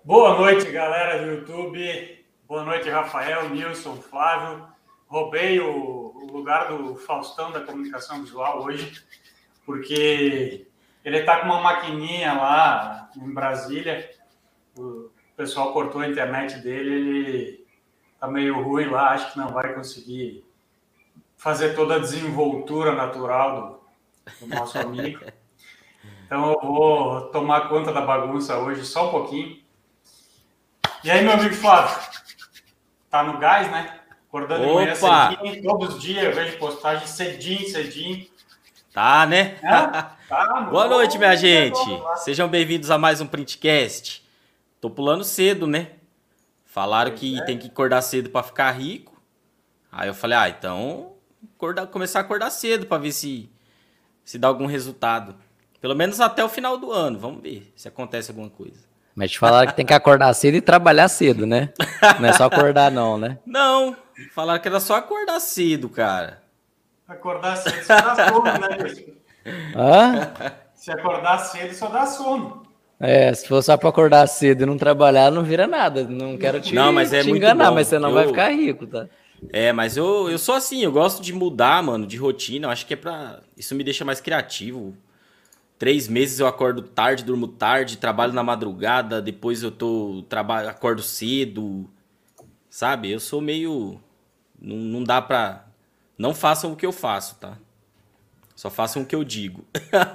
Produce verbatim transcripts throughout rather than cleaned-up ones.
Boa noite, galera do YouTube. Boa noite, Rafael, Nilson, Flávio. Roubei o, o lugar do Faustão da comunicação visual hoje, porque ele está com uma maquininha lá em Brasília. O pessoal cortou a internet dele, ele está meio ruim lá, acho que não vai conseguir fazer toda a desenvoltura natural do, do nosso amigo. Então eu vou tomar conta da bagunça hoje só um pouquinho. E aí, meu amigo Flávio, tá no gás, né? Acordando de manhã cedinho, todos os dias eu vejo postagem cedinho, cedinho. Tá, né? É? Tá, Boa noite, minha gente. Sejam bem-vindos a mais um Printcast. Tô pulando cedo, né? Falaram pois que é. Tem que acordar cedo pra ficar rico. Aí eu falei, ah, então acordar, começar a acordar cedo pra ver se, se dá algum resultado. Pelo menos até o final do ano. Vamos ver se acontece alguma coisa. Mas te falaram que tem que acordar cedo e trabalhar cedo, né? Não é só acordar não, né? Não, falaram que era só acordar cedo, cara. Acordar cedo só dá sono, né, Wilson? Hã? Se acordar cedo só dá sono. É, se for só pra acordar cedo e não trabalhar, não vira nada. Não quero te, não, mas é te muito enganar, bom. Mas você não eu... vai ficar rico, tá? É, mas eu, eu sou assim, eu gosto de mudar, mano, de rotina. Eu acho que é pra... Isso me deixa mais criativo. Três meses eu acordo tarde, durmo tarde, trabalho na madrugada, depois eu tô trabalho, acordo cedo, sabe? Eu sou meio... Não, não dá pra... Não façam o que eu faço, tá? Só façam o que eu digo.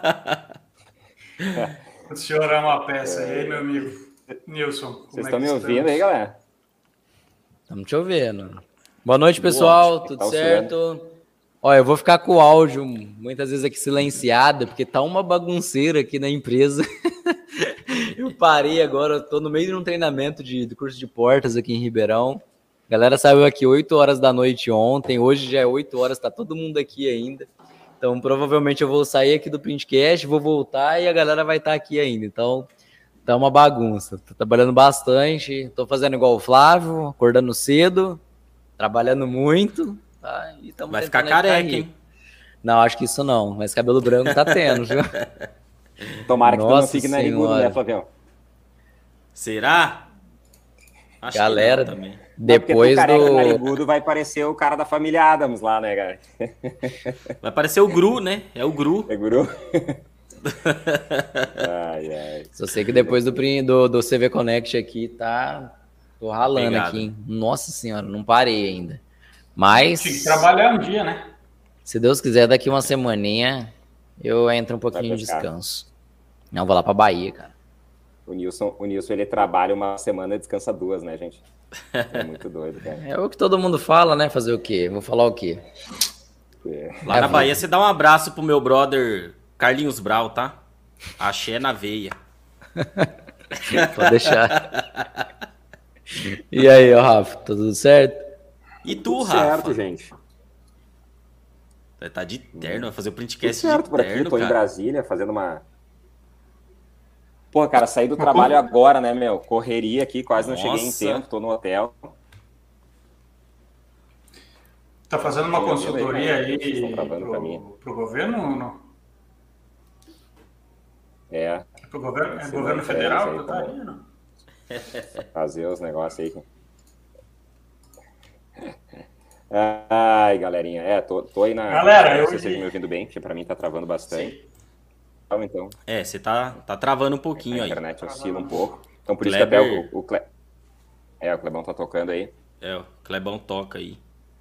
O senhor é uma peça. E aí, meu amigo Nilson? Vocês estão é me ouvindo aí, galera? Estamos te ouvindo. Boa noite, pessoal. Boa, tudo tá certo? Olha, eu vou ficar com o áudio muitas vezes aqui silenciado, porque tá uma bagunceira aqui na empresa. Eu parei agora, eu tô no meio de um treinamento de, de curso de portas aqui em Ribeirão. A galera saiu aqui oito horas da noite ontem, hoje já é oito horas, tá todo mundo aqui ainda. Então, provavelmente eu vou sair aqui do Printcast, vou voltar e a galera vai estar aqui ainda. Então, tá uma bagunça. Tô trabalhando bastante, tô fazendo igual o Flávio, acordando cedo, trabalhando muito. Tá, e vai ficar careca, hein? Não, acho que isso não, mas cabelo branco tá tendo, viu? Tomara que tu não fique narigudo, né, Flavião? Será? Acho Galera, que não, também. depois não, do... narigudo vai parecer o cara da família Adams lá, né, cara? Vai parecer o Gru, né? É o Gru. É Gru? ai, ai. Só sei que depois do, do, do C V Connect aqui, tá... Tô ralando Obrigado. aqui, hein? Nossa senhora, não parei ainda. Mas... Tinha que trabalhar um dia, né? Se Deus quiser, daqui uma semaninha eu entro um pouquinho de descanso. Não, vou lá pra Bahia, cara. O Nilson, o Nilson, ele trabalha uma semana e descansa duas, né, gente? É muito doido, cara. É o que todo mundo fala, né? Fazer o quê? Vou falar o quê? É. Lá é na Bahia, você dá um abraço pro meu brother Carlinhos Brau, tá? Axé na veia. Pode deixar. E aí, ó, Rafa, tá tudo certo? E tu, tudo Rafa? Certo, gente. Tá de terno, vai fazer o Printcast tudo certo de por terno, aqui, tô cara. em Brasília fazendo uma... Pô, cara, saí do trabalho agora, né, meu? Correria aqui, quase Nossa. não cheguei em tempo, tô no hotel. Tá fazendo uma consultoria aí, aí pro, pro governo ou não? É. Pro governo, é governo federal? Aí, tá aí, não? Fazer os negócios aí. Ai, galerinha, é, tô, tô aí na... Galera, eu... eu... Não sei se vocês me ouvindo bem, porque pra mim tá travando bastante. Sim. Então, é, você tá, tá travando um pouquinho a aí. A internet oscila um pouco. Então, por Kleber... isso que até o, o, Cle... É, o Clebão tá tocando aí. É, o Clebão toca aí.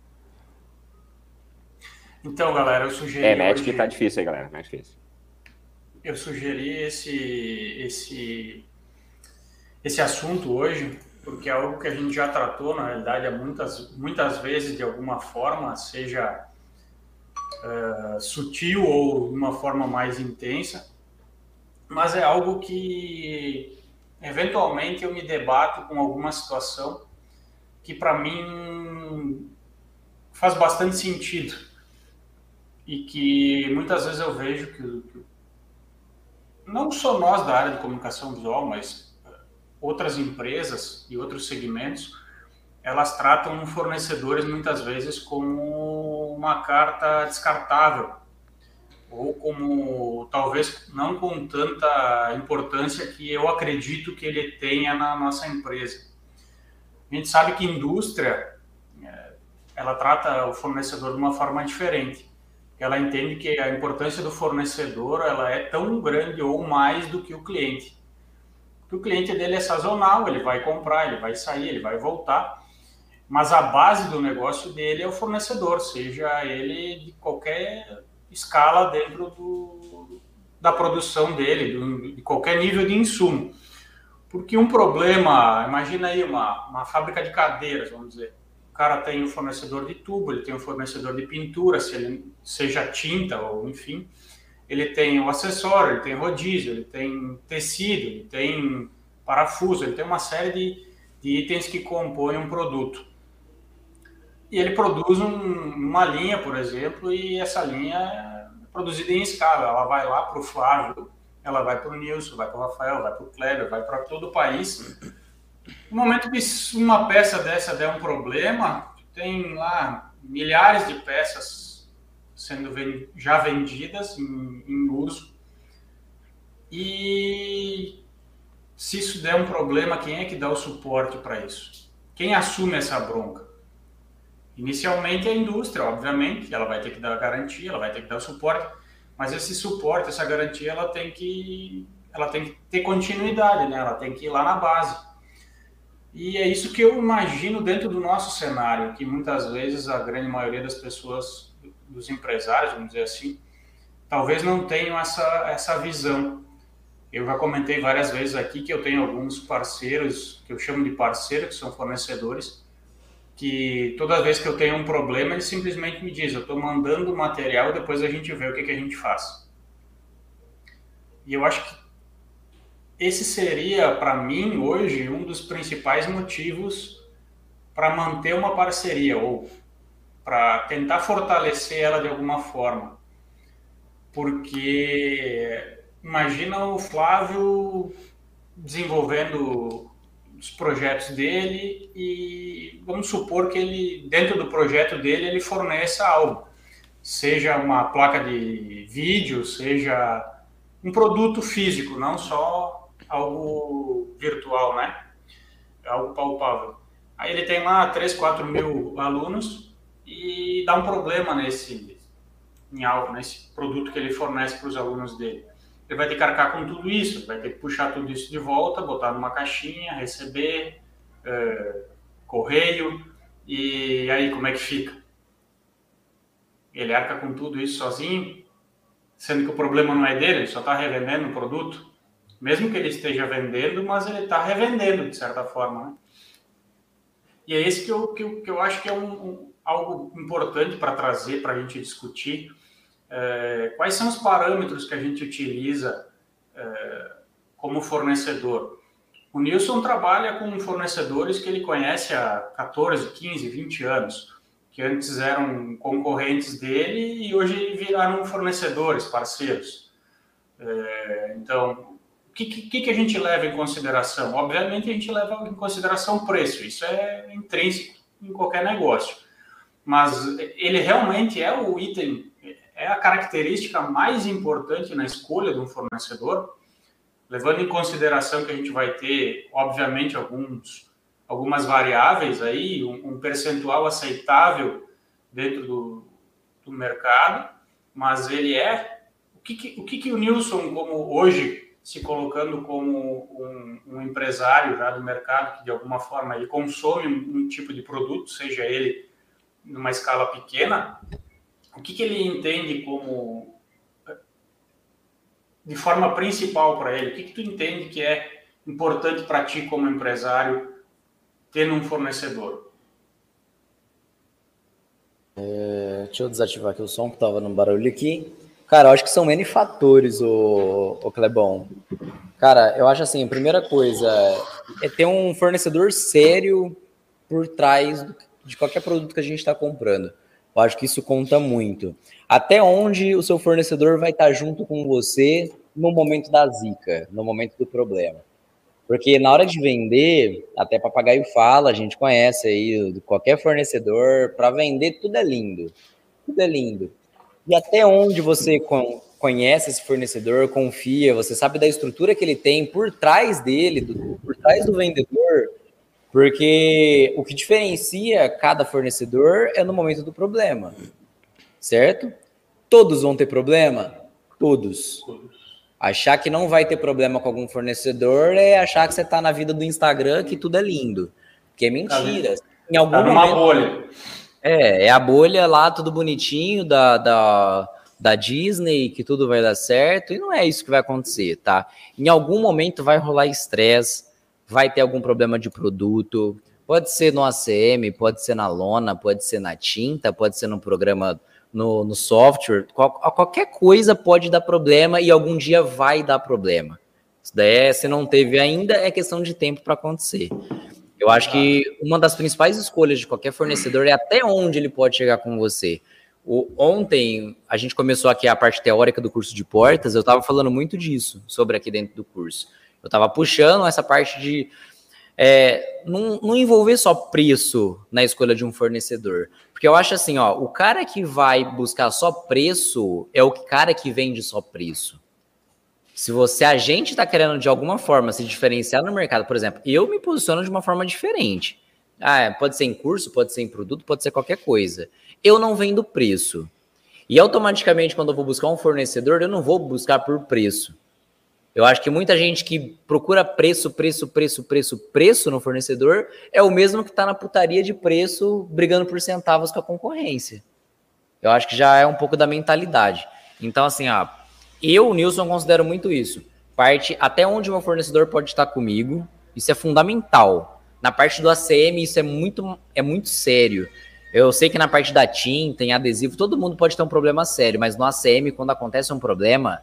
Então, galera, eu sugeri... É, Magic hoje... tá difícil aí, galera, mais difícil. Eu sugeri esse, esse, esse assunto hoje, porque é algo que a gente já tratou, na realidade, há muitas, muitas vezes, de alguma forma, seja... Uh, sutil ou de uma forma mais intensa, mas é algo que eventualmente eu me debato com alguma situação que para mim faz bastante sentido e que muitas vezes eu vejo que, que não só nós da área de comunicação visual, mas outras empresas e outros segmentos, elas tratam fornecedores muitas vezes como uma carta descartável ou como talvez não com tanta importância que eu acredito que ele tenha na nossa empresa. A gente sabe que indústria, ela trata o fornecedor de uma forma diferente. Ela entende que a importância do fornecedor ela é tão grande ou mais do que o cliente. Porque o cliente dele é sazonal, ele vai comprar, ele vai sair, ele vai voltar, mas a base do negócio dele é o fornecedor, seja ele de qualquer escala dentro do, da produção dele, do, de qualquer nível de insumo. Porque um problema, imagina aí uma, uma fábrica de cadeiras, vamos dizer, o cara tem um fornecedor de tubo, ele tem um fornecedor de pintura, se ele, seja tinta ou enfim, ele tem o acessório, ele tem rodízio, ele tem tecido, ele tem parafuso, ele tem uma série de, de itens que compõem um produto. E ele produz um, uma linha, por exemplo, e essa linha é produzida em escala. Ela vai lá para o Flávio, ela vai para o Nilson, vai para o Rafael, vai para o Kleber, vai para todo o país. No momento que uma peça dessa der um problema, tem lá milhares de peças sendo já vendidas em, em uso. E se isso der um problema, quem é que dá o suporte para isso? Quem assume essa bronca? Inicialmente a indústria, obviamente, ela vai ter que dar a garantia, ela vai ter que dar o suporte, mas esse suporte, essa garantia, ela tem que, ela tem que ter continuidade, né? Ela tem que ir lá na base. E é isso que eu imagino dentro do nosso cenário, que muitas vezes a grande maioria das pessoas, dos empresários, vamos dizer assim, talvez não tenham essa, essa visão. Eu já comentei várias vezes aqui que eu tenho alguns parceiros, que eu chamo de parceiros, que são fornecedores, que toda vez que eu tenho um problema, eles simplesmente me dizem, eu estou mandando o material, depois a gente vê o que, que a gente faz. E eu acho que esse seria, para mim, hoje, um dos principais motivos para manter uma parceria, ou para tentar fortalecer ela de alguma forma. Porque imagina o Flávio desenvolvendo os projetos dele e vamos supor que ele, dentro do projeto dele, ele forneça algo, seja uma placa de vídeo, seja um produto físico, não só algo virtual, né? Algo palpável. Aí ele tem lá três, quatro mil alunos e dá um problema nesse, em algo, nesse produto que ele fornece para os alunos dele. Ele vai ter que arcar com tudo isso, vai ter que puxar tudo isso de volta, botar numa caixinha, receber, é, correio, e aí como é que fica? Ele arca com tudo isso sozinho, sendo que o problema não é dele, ele só está revendendo o produto, mesmo que ele esteja vendendo, mas ele está revendendo de certa forma, né? E é esse que eu, que eu, que eu acho que é um, um, algo importante para trazer, para a gente discutir. É, quais são os parâmetros que a gente utiliza é, como fornecedor? O Nilson trabalha com fornecedores que ele conhece há quatorze, quinze, vinte anos, que antes eram concorrentes dele e hoje viraram fornecedores, parceiros. É, então, o que, que, que a gente leva em consideração? Obviamente, a gente leva em consideração o preço, isso é intrínseco em qualquer negócio. Mas ele realmente é o item, é a característica mais importante na escolha de um fornecedor, levando em consideração que a gente vai ter, obviamente, alguns, algumas variáveis aí, um, um percentual aceitável dentro do, do mercado, mas ele é... O que, que, o que, que o Nilson, como hoje, se colocando como um, um empresário já do mercado, que de alguma forma ele consome um, um tipo de produto, seja ele numa escala pequena, o que, que ele entende como, de forma principal para ele? O que, que tu entende que é importante para ti como empresário ter um fornecedor? É, deixa eu desativar aqui o som que estava no barulho aqui. Cara, eu acho que são N fatores, o, o Clebão. Cara, eu acho assim, a primeira coisa é ter um fornecedor sério por trás de qualquer produto que a gente está comprando. Eu acho que isso conta muito. Até onde o seu fornecedor vai estar junto com você no momento da zica, no momento do problema. Porque na hora de vender, até papagaio fala, a gente conhece aí qualquer fornecedor, para vender tudo é lindo. Tudo é lindo. e até onde você conhece esse fornecedor, confia, você sabe da estrutura que ele tem por trás dele, do, por trás do vendedor, porque o que diferencia cada fornecedor é no momento do problema, certo? Todos vão ter problema? Todos. Achar que não vai ter problema com algum fornecedor é achar que você está na vida do Instagram, que tudo é lindo, que é mentira. Em algum tá numa momento, bolha. É, é a bolha lá, tudo bonitinho, da, da, da Disney, que tudo vai dar certo, e não é isso que vai acontecer, tá? Em algum momento vai rolar estresse, vai ter algum problema de produto, pode ser no A C M, pode ser na lona, pode ser na tinta, pode ser no programa, no, no software, qual, qualquer coisa pode dar problema e algum dia vai dar problema. Isso daí, se não teve ainda, é questão de tempo para acontecer. Eu acho que uma das principais escolhas de qualquer fornecedor é até onde ele pode chegar com você. O, ontem, a gente começou aqui a parte teórica do curso de portas, eu estava falando muito disso, sobre aqui dentro do curso. Eu estava puxando essa parte de é, não, não envolver só preço na escolha de um fornecedor. Porque eu acho assim, ó, o cara que vai buscar só preço é o cara que vende só preço. Se você, a gente está querendo de alguma forma se diferenciar no mercado, por exemplo, eu me posiciono de uma forma diferente. Ah, pode ser em curso, pode ser em produto, pode ser qualquer coisa. Eu não vendo preço. E automaticamente, quando eu vou buscar um fornecedor, eu não vou buscar por preço. Eu acho que muita gente que procura preço, preço, preço, preço, preço no fornecedor é o mesmo que está na putaria de preço brigando por centavos com a concorrência. Eu acho que já é um pouco da mentalidade. Então, assim, ó, eu, Nilson, considero muito isso. Parte até onde o meu fornecedor pode estar comigo, isso é fundamental. Na parte do A C M, isso é muito, é muito sério. Eu sei que na parte da tinta, em adesivo, todo mundo pode ter um problema sério, mas no A C M, quando acontece um problema,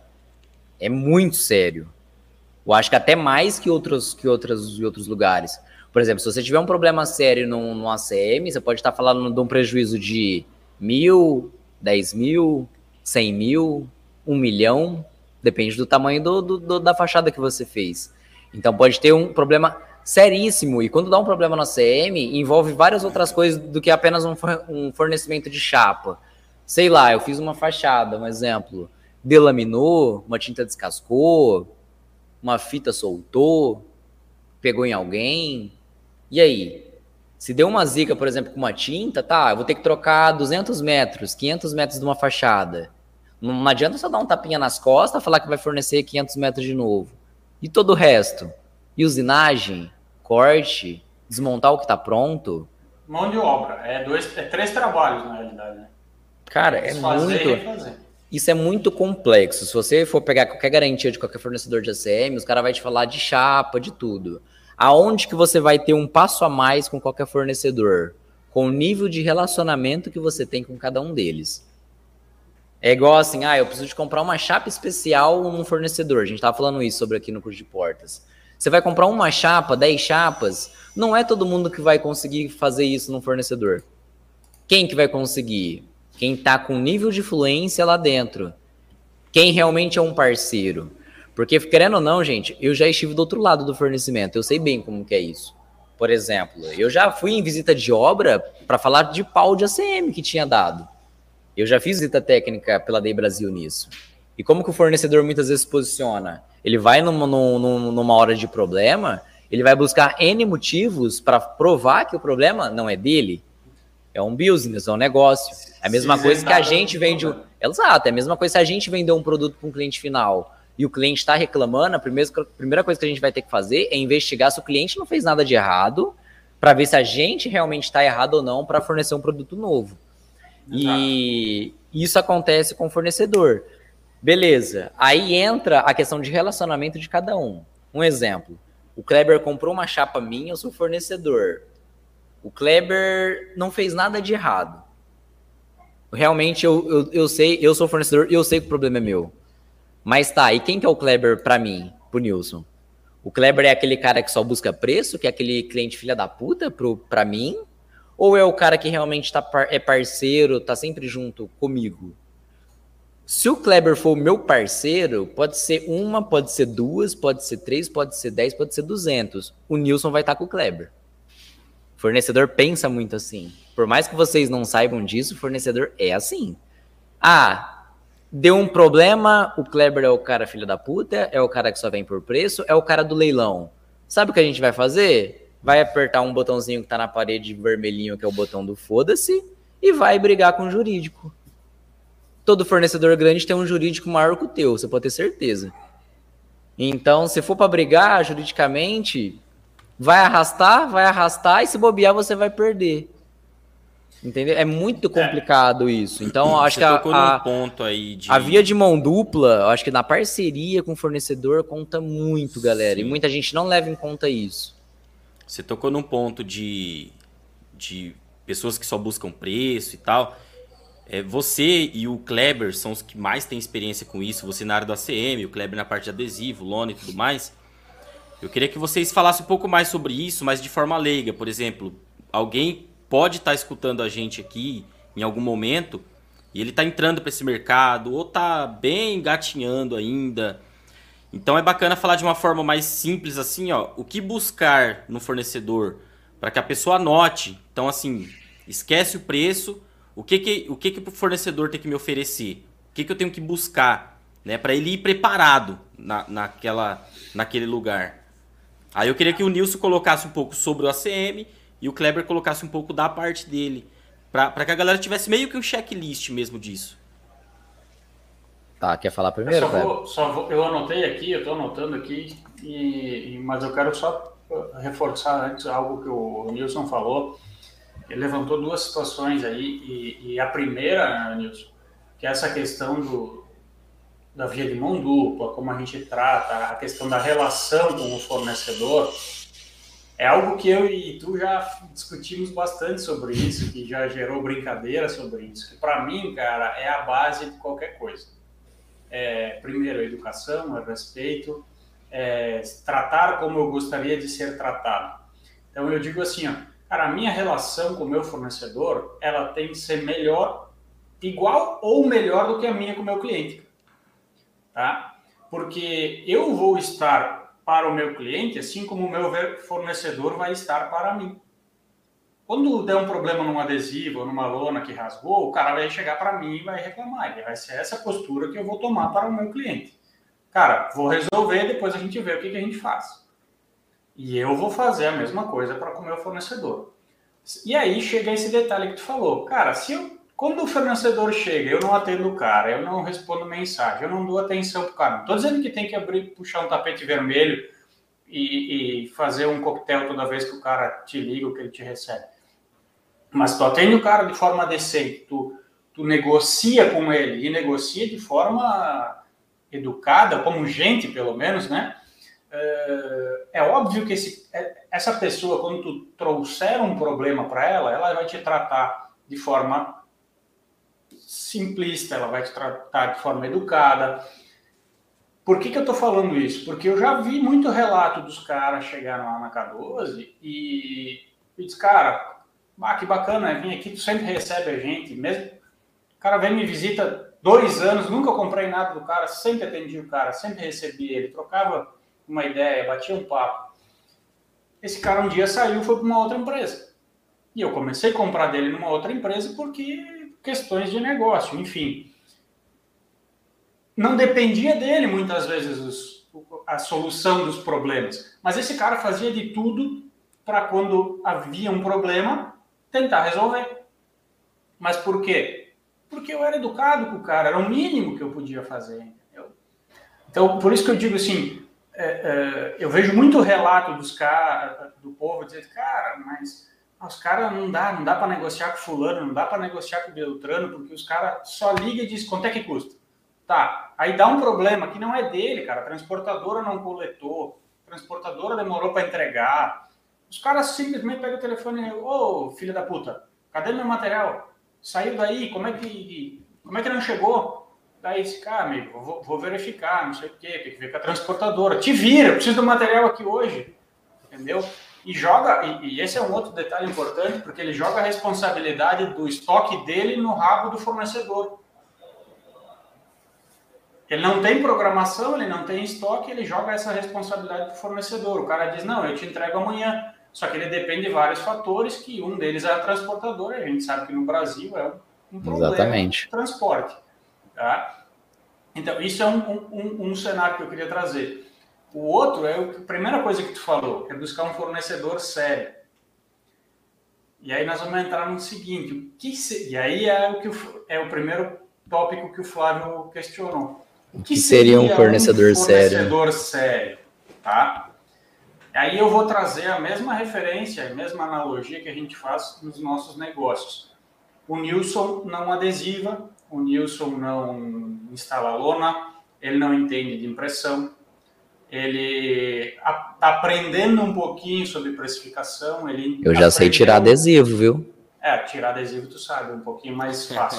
é muito sério. Eu acho que até mais que outros, que outros, outros lugares. Por exemplo, se você tiver um problema sério no, no A C M, você pode estar falando de um prejuízo de mil, dez mil, cem mil, um milhão, depende do tamanho do, do, do, da fachada que você fez. Então pode ter um problema seríssimo, e quando dá um problema no A C M, envolve várias outras coisas do que apenas um, um fornecimento de chapa. Sei lá, eu fiz uma fachada, um exemplo, delaminou, uma tinta descascou, uma fita soltou, pegou em alguém, e aí? Se deu uma zica, por exemplo, com uma tinta, tá, eu vou ter que trocar duzentos metros, quinhentos metros de uma fachada. Não adianta só dar um tapinha nas costas, falar que vai fornecer quinhentos metros de novo. E todo o resto? E usinagem, corte, desmontar o que está pronto? Mão de obra. É, dois, é três trabalhos, na realidade. Né? Cara, é muito... Isso é muito complexo. Se você for pegar qualquer garantia de qualquer fornecedor de A C M, os caras vão te falar de chapa, de tudo. Aonde que você vai ter um passo a mais com qualquer fornecedor? Com o nível de relacionamento que você tem com cada um deles. É igual assim, ah, eu preciso de comprar uma chapa especial num fornecedor. A gente tava falando isso sobre aqui no curso de portas. Você vai comprar uma chapa, dez chapas, não é todo mundo que vai conseguir fazer isso num fornecedor. Quem que vai conseguir? Quem tá com nível de fluência lá dentro. Quem realmente é um parceiro. Porque, querendo ou não, gente, eu já estive do outro lado do fornecimento. Eu sei bem como que é isso. Por exemplo, eu já fui em visita de obra para falar de pau de A C M que tinha dado. Eu já fiz visita técnica pela D E I Brasil nisso. E como que o fornecedor muitas vezes se posiciona? Ele vai numa, numa, numa hora de problema, ele vai buscar N motivos para provar que o problema não é dele. É um business, é um negócio. É a mesma coisa que a gente vende... Exato, é a mesma coisa se a gente vender um produto para um cliente final e o cliente está reclamando, a primeira, a primeira coisa que a gente vai ter que fazer é investigar se o cliente não fez nada de errado para ver se a gente realmente está errado ou não para fornecer um produto novo. E isso acontece com o fornecedor. Beleza. Aí entra a questão de relacionamento de cada um. Um exemplo. O Kleber comprou uma chapa minha, eu sou fornecedor. O Kleber não fez nada de errado. Realmente, eu, eu, eu sei, eu sou fornecedor e eu sei que o problema é meu. Mas tá, e quem que é o Kleber pra mim, pro Nilson? O Kleber é aquele cara que só busca preço, que é aquele cliente filha da puta pro, pra mim? Ou é o cara que realmente tá, é parceiro, tá sempre junto comigo? Se o Kleber for o meu parceiro, pode ser uma, pode ser duas, pode ser três, pode ser dez, pode ser duzentos. O Nilson vai estar com o Kleber. O fornecedor pensa muito assim. Por mais que vocês não saibam disso, o fornecedor é assim. Ah, deu um problema, o Kleber é o cara filho da puta, é o cara que só vem por preço, é o cara do leilão. Sabe o que a gente vai fazer? Vai apertar um botãozinho que tá na parede vermelhinho, que é o botão do foda-se, e vai brigar com o jurídico. Todo fornecedor grande tem um jurídico maior que o teu, você pode ter certeza. Então, se for para brigar juridicamente, vai arrastar, vai arrastar, e se bobear você vai perder. Entendeu? É muito complicado é. isso. Então, acho você que a, tocou a, num ponto aí de... a via de mão dupla, acho que na parceria com o fornecedor conta muito, galera. Sim. E muita gente não leva em conta isso. Você tocou num ponto de, de pessoas que só buscam preço e tal. É, você e o Kleber são os que mais têm experiência com isso. Você na área do A C M, o Kleber na parte de adesivo, lona e tudo mais. Eu queria que vocês falassem um pouco mais sobre isso, mas de forma leiga. Por exemplo, alguém pode estar escutando a gente aqui em algum momento e ele está entrando para esse mercado ou está bem engatinhando ainda. Então é bacana falar de uma forma mais simples assim, ó, o que buscar no fornecedor para que a pessoa anote. Então assim, esquece o preço, o que que o que que o fornecedor tem que me oferecer, o que que eu tenho que buscar, né, para ele ir preparado na, naquela, naquele lugar. Aí eu queria que o Nilson colocasse um pouco sobre o A C M e o Kleber colocasse um pouco da parte dele, para que a galera tivesse meio que um checklist mesmo disso. Tá, quer falar primeiro, eu só vou, só vou, eu anotei aqui, eu estou anotando aqui, e, e, mas eu quero só reforçar antes algo que o Nilson falou. Ele levantou duas situações aí, e, e a primeira, Nilson, que é essa questão do, da via de mão dupla, como a gente trata, a questão da relação com o fornecedor, é algo que eu e tu já discutimos bastante sobre isso, que já gerou brincadeira sobre isso, que para mim, cara, é a base de qualquer coisa. É, primeiro, a educação, é respeito, é, tratar como eu gostaria de ser tratado. Então eu digo assim, ó, cara, a minha relação com o meu fornecedor, ela tem que ser melhor, igual ou melhor do que a minha com o meu cliente, tá? Porque eu vou estar para o meu cliente, assim como o meu fornecedor vai estar para mim. Quando der um problema num adesivo ou numa lona que rasgou, o cara vai chegar para mim e vai reclamar. Ele vai ser essa postura que eu vou tomar para o meu cliente. Cara, vou resolver, depois a gente vê o que, que a gente faz. E eu vou fazer a mesma coisa para o meu fornecedor. E aí chega esse detalhe que tu falou. Cara, se eu, quando o fornecedor chega, eu não atendo o cara, eu não respondo mensagem, eu não dou atenção para o cara. Não estou dizendo que tem que abrir, puxar um tapete vermelho e, e fazer um coquetel toda vez que o cara te liga ou que ele te recebe. Mas tu atende o cara de forma decente, tu, tu negocia com ele, e negocia de forma educada, como gente pelo menos, né? É óbvio que esse, essa pessoa, quando tu trouxer um problema para ela, ela vai te tratar de forma simplista, ela vai te tratar de forma educada. Por que que eu tô falando isso? Porque eu já vi muito relato dos caras chegarem lá na K doze e, e diz, cara... Ah, que bacana, vim aqui, tu sempre recebe a gente, mesmo o cara vem me visita dois anos, nunca comprei nada do cara, sempre atendi o cara, sempre recebi ele, trocava uma ideia, batia um papo. Esse cara um dia saiu e foi para uma outra empresa. E eu comecei a comprar dele numa outra empresa porque questões de negócio, enfim. Não dependia dele muitas vezes os, a solução dos problemas, mas esse cara fazia de tudo para quando havia um problema, tentar resolver. Mas por quê? Porque eu era educado com o cara, era o mínimo que eu podia fazer. Entendeu? Então, por isso que eu digo assim, é, é, eu vejo muito relato dos caras, do povo, dizendo, cara, mas os caras não dá, não dá para negociar com fulano, não dá para negociar com o Beltrano, porque os caras só ligam e dizem quanto é que custa. Tá, aí dá um problema que não é dele, cara, a transportadora não coletou, a transportadora demorou para entregar. Os caras simplesmente pegam o telefone e ô, oh, filho da puta, cadê meu material? Saiu daí, como é que, como é que não chegou? Daí esse cara, amigo, vou, vou verificar, não sei o quê, tem que ver com a transportadora. Te vira, eu preciso do material aqui hoje, entendeu? E joga, e, e esse é um outro detalhe importante, porque ele joga a responsabilidade do estoque dele no rabo do fornecedor. Ele não tem programação, ele não tem estoque, ele joga essa responsabilidade para o fornecedor. O cara diz, não, eu te entrego amanhã. Só que ele depende de vários fatores, que um deles é a transportadora. A gente sabe que no Brasil é um problema de transporte. Tá? Então, isso é um, um, um cenário que eu queria trazer. O outro é a primeira coisa que tu falou, é buscar um fornecedor sério. E aí nós vamos entrar no seguinte, o que se, e aí é o, que o, é o primeiro tópico que o Flávio questionou. O que, que seria, seria um fornecedor, um fornecedor sério? sério? Tá? Aí eu vou trazer a mesma referência, a mesma analogia que a gente faz nos nossos negócios. O Nilson não adesiva, o Nilson não instala lona, ele não entende de impressão, ele está aprendendo um pouquinho sobre precificação. Ele eu já aprendeu... sei tirar adesivo, viu? É, tirar adesivo tu sabe, um pouquinho mais fácil.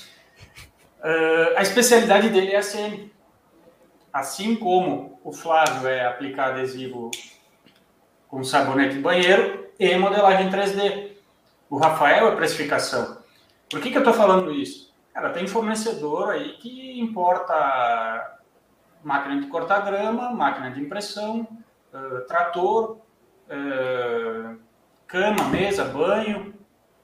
uh, a especialidade dele é a C M. Assim como o Flávio é aplicar adesivo com sabonete de banheiro e modelagem três D. O Rafael é precificação. Por que, que eu estou falando isso? Cara, tem fornecedor aí que importa máquina de cortar grama, máquina de impressão, uh, trator, uh, cama, mesa, banho.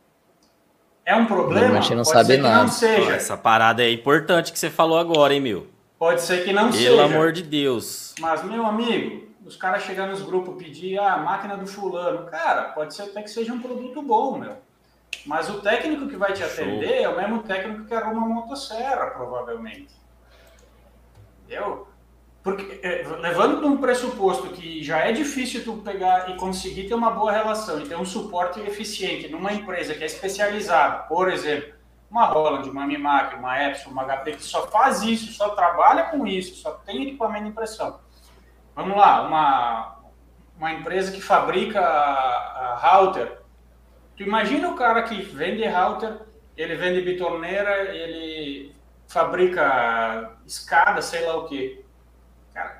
É um problema? A gente não sabe nada. Não seja. Essa parada é importante que você falou agora, hein, meu? Pode ser que não Pelo seja. Pelo amor de Deus. Mas, meu amigo, os caras chegam nos grupos e pedir a ah, máquina do fulano. Cara, pode ser até que seja um produto bom, meu. Mas o técnico que vai te atender Show. É o mesmo técnico que arruma uma motosserra, provavelmente. Entendeu? Porque, levando de um pressuposto que já é difícil tu pegar e conseguir ter uma boa relação e ter um suporte eficiente numa empresa que é especializada, por exemplo, uma Roland, uma Mimac, uma Epson, uma H P, que só faz isso, só trabalha com isso, só tem equipamento de impressão. Vamos lá, uma, uma empresa que fabrica a, a router. Tu imagina o cara que vende router, ele vende bitorneira, ele fabrica escada, sei lá o quê. Cara,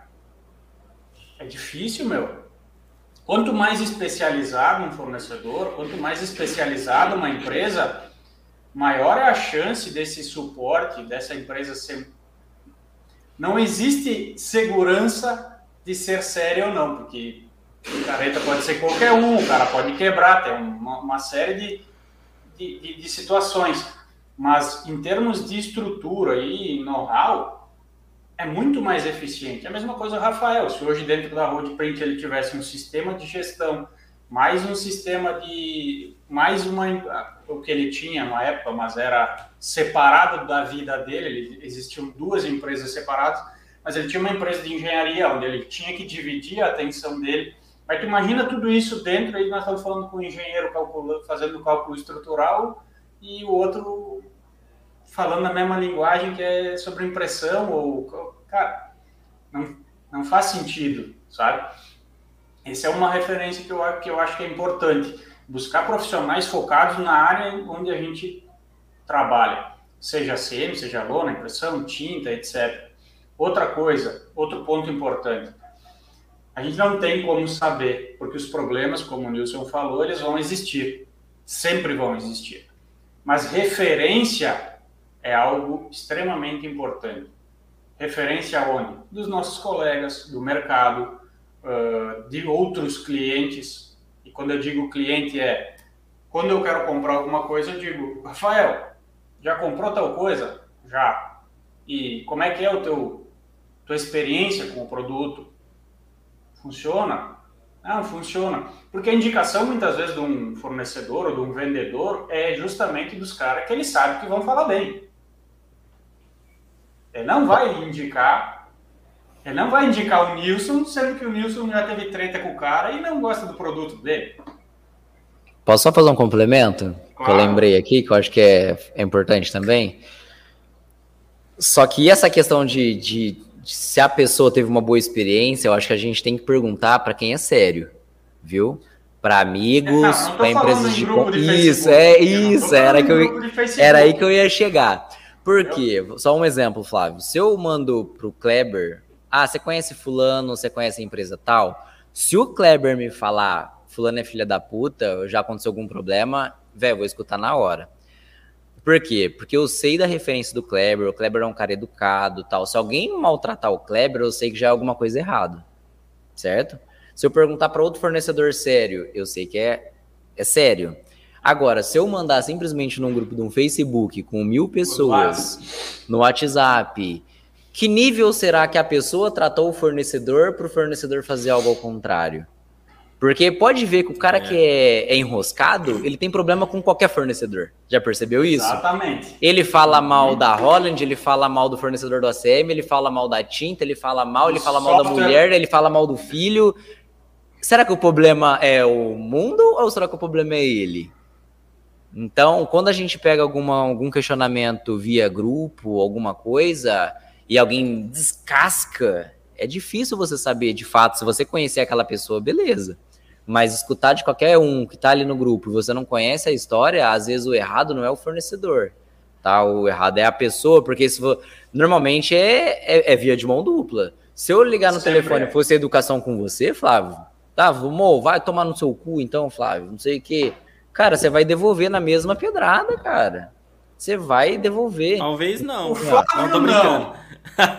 é difícil, meu. Quanto mais especializado um fornecedor, quanto mais especializado uma empresa, maior é a chance desse suporte, dessa empresa ser... Não existe segurança de ser sério ou não, porque careta pode ser qualquer um, o cara pode quebrar, tem uma, uma série de, de, de, de situações. Mas em termos de estrutura e know-how, é muito mais eficiente. É a mesma coisa o Rafael. Se hoje dentro da Roadprint ele tivesse um sistema de gestão, mais um sistema de... mais uma... o que ele tinha na época, mas era separado da vida dele, existiam duas empresas separadas, mas ele tinha uma empresa de engenharia, onde ele tinha que dividir a atenção dele. Mas tu imagina tudo isso dentro, aí nós estamos falando com o engenheiro calculando, fazendo cálculo estrutural, e o outro falando a mesma linguagem que é sobre impressão, ou... Cara, não, não faz sentido, sabe? Essa é uma referência que eu, que eu acho que é importante. Buscar profissionais focados na área onde a gente trabalha. Seja C M, seja lona, impressão, tinta, etcétera. Outra coisa, outro ponto importante. A gente não tem como saber, porque os problemas, como o Nilson falou, eles vão existir. Sempre vão existir. Mas referência é algo extremamente importante. Referência aonde? Dos nossos colegas, do mercado, uh, de outros clientes. E quando eu digo cliente é... Quando eu quero comprar alguma coisa, eu digo, Rafael, já comprou tal coisa? Já. E como é que é o teu tua experiência com o produto? Funciona? Não, funciona. Porque a indicação, muitas vezes, de um fornecedor ou de um vendedor é justamente dos caras que ele sabe que vão falar bem. Ele não vai indicar, ele não vai indicar o Nilson, sendo que o Nilson já teve treta com o cara e não gosta do produto dele. Posso só fazer um complemento? Claro. Que eu lembrei aqui, que eu acho que é, é importante também. Só que essa questão de, de, de se a pessoa teve uma boa experiência, eu acho que a gente tem que perguntar para quem é sério, viu? Para amigos, para empresas de... de isso, é isso, era, que eu, era aí que eu ia chegar. Por quê? Só um exemplo, Flávio. Se eu mando pro Kleber, ah, você conhece fulano, você conhece a empresa tal? Se o Kleber me falar, fulano é filha da puta, já aconteceu algum problema, velho, vou escutar na hora. Por quê? Porque eu sei da referência do Kleber, o Kleber é um cara educado e tal. Se alguém maltratar o Kleber, eu sei que já é alguma coisa errada, certo? Se eu perguntar para outro fornecedor sério, eu sei que é, é sério. Agora, se eu mandar simplesmente num grupo de um Facebook com mil pessoas, no WhatsApp, que nível será que a pessoa tratou o fornecedor para o fornecedor fazer algo ao contrário? Porque pode ver que o cara que é, é enroscado, ele tem problema com qualquer fornecedor. Já percebeu isso? Exatamente. Ele fala mal da Holland, ele fala mal do fornecedor do A C M, ele fala mal da tinta, ele fala mal, ele fala mal da mulher, ele fala mal do filho. Será que o problema é o mundo ou será que o problema é ele? Então, quando a gente pega alguma, algum questionamento via grupo, alguma coisa, e alguém descasca, é difícil você saber de fato, se você conhecer aquela pessoa, beleza. Mas escutar de qualquer um que tá ali no grupo e você não conhece a história, às vezes o errado não é o fornecedor, tá? O errado é a pessoa, porque se for, normalmente é, é, é via de mão dupla. Se eu ligar no Sempre telefone e fosse educação com você, Flávio, tá, vamos, vai tomar no seu cu então, Flávio, não sei o quê. Cara, você vai devolver na mesma pedrada, cara. Você vai devolver. Talvez não. O Flávio não tô brincando. Não.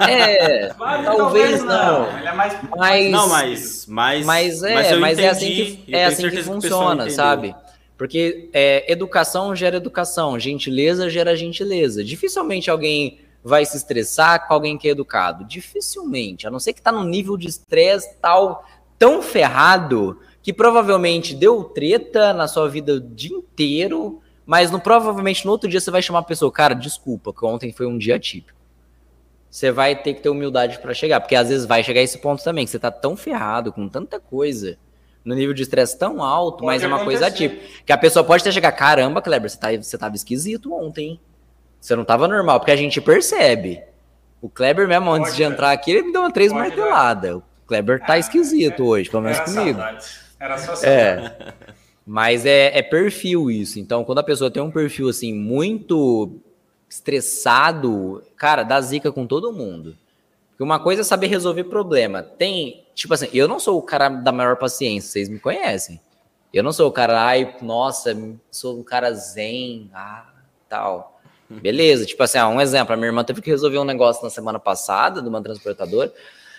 É, Flávio, talvez não. não. Ele é mais, mas, não, mas, mas, mas é, mas, mas entendi, é assim que, é assim que funciona, que sabe? Porque é, educação gera educação, gentileza gera gentileza. Dificilmente alguém vai se estressar com alguém que é educado. Dificilmente, a não ser que tá num nível de estresse tal, tão ferrado, que provavelmente deu treta na sua vida o dia inteiro, mas no, provavelmente no outro dia você vai chamar a pessoa, cara, desculpa, que ontem foi um dia atípico. Você vai ter que ter humildade para chegar, porque às vezes vai chegar a esse ponto também, que você tá tão ferrado com tanta coisa, no nível de estresse tão alto, pode mas é uma acontecer. Coisa atípica, que a pessoa pode até chegar, caramba, Kleber, você, tá, você tava esquisito ontem, hein? Você não tava normal, porque a gente percebe. O Kleber mesmo, antes pode de entrar aqui, ele me deu uma três marteladas. O Kleber tá ah, esquisito é, hoje, pelo menos comigo. Saudade. Era só saudade. É, mas é, é perfil isso, então quando a pessoa tem um perfil assim, muito estressado, cara, dá zica com todo mundo. Porque uma coisa é saber resolver problema. Tem, tipo assim, eu não sou o cara da maior paciência, vocês me conhecem. Eu não sou o cara, ai, nossa, sou um cara zen, ah, tal. Beleza, tipo assim, ah, um exemplo, a minha irmã teve que resolver um negócio na semana passada, de uma transportadora.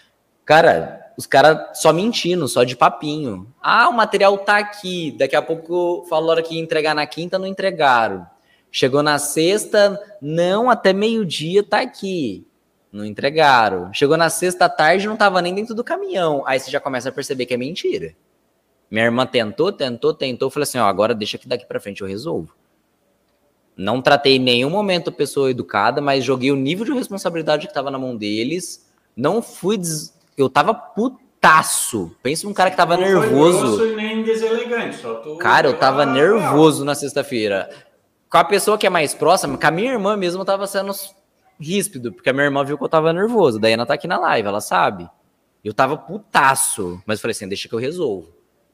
Cara, os caras só mentindo, só de papinho. Ah, o material tá aqui, daqui a pouco falaram que ia entregar na quinta, não entregaram. Chegou na sexta, não, até meio-dia tá aqui. Não entregaram. Chegou na sexta à tarde, não tava nem dentro do caminhão. Aí você já começa a perceber que é mentira. Minha irmã tentou, tentou, tentou. Falei assim, ó, agora deixa que daqui pra frente eu resolvo. Não tratei em nenhum momento a pessoa educada, mas joguei o nível de responsabilidade que tava na mão deles. Não fui... Des... Eu tava putaço. Pensa num cara que tava não nervoso. Não foi nem deselegante, só tô... Cara, eu tava nervoso na sexta-feira. Com a pessoa que é mais próxima, com a minha irmã mesmo, eu tava sendo ríspido, porque a minha irmã viu que eu tava nervoso. Daí ela tá aqui na live, ela sabe. Eu tava putaço, mas falei assim, deixa que eu resolvo.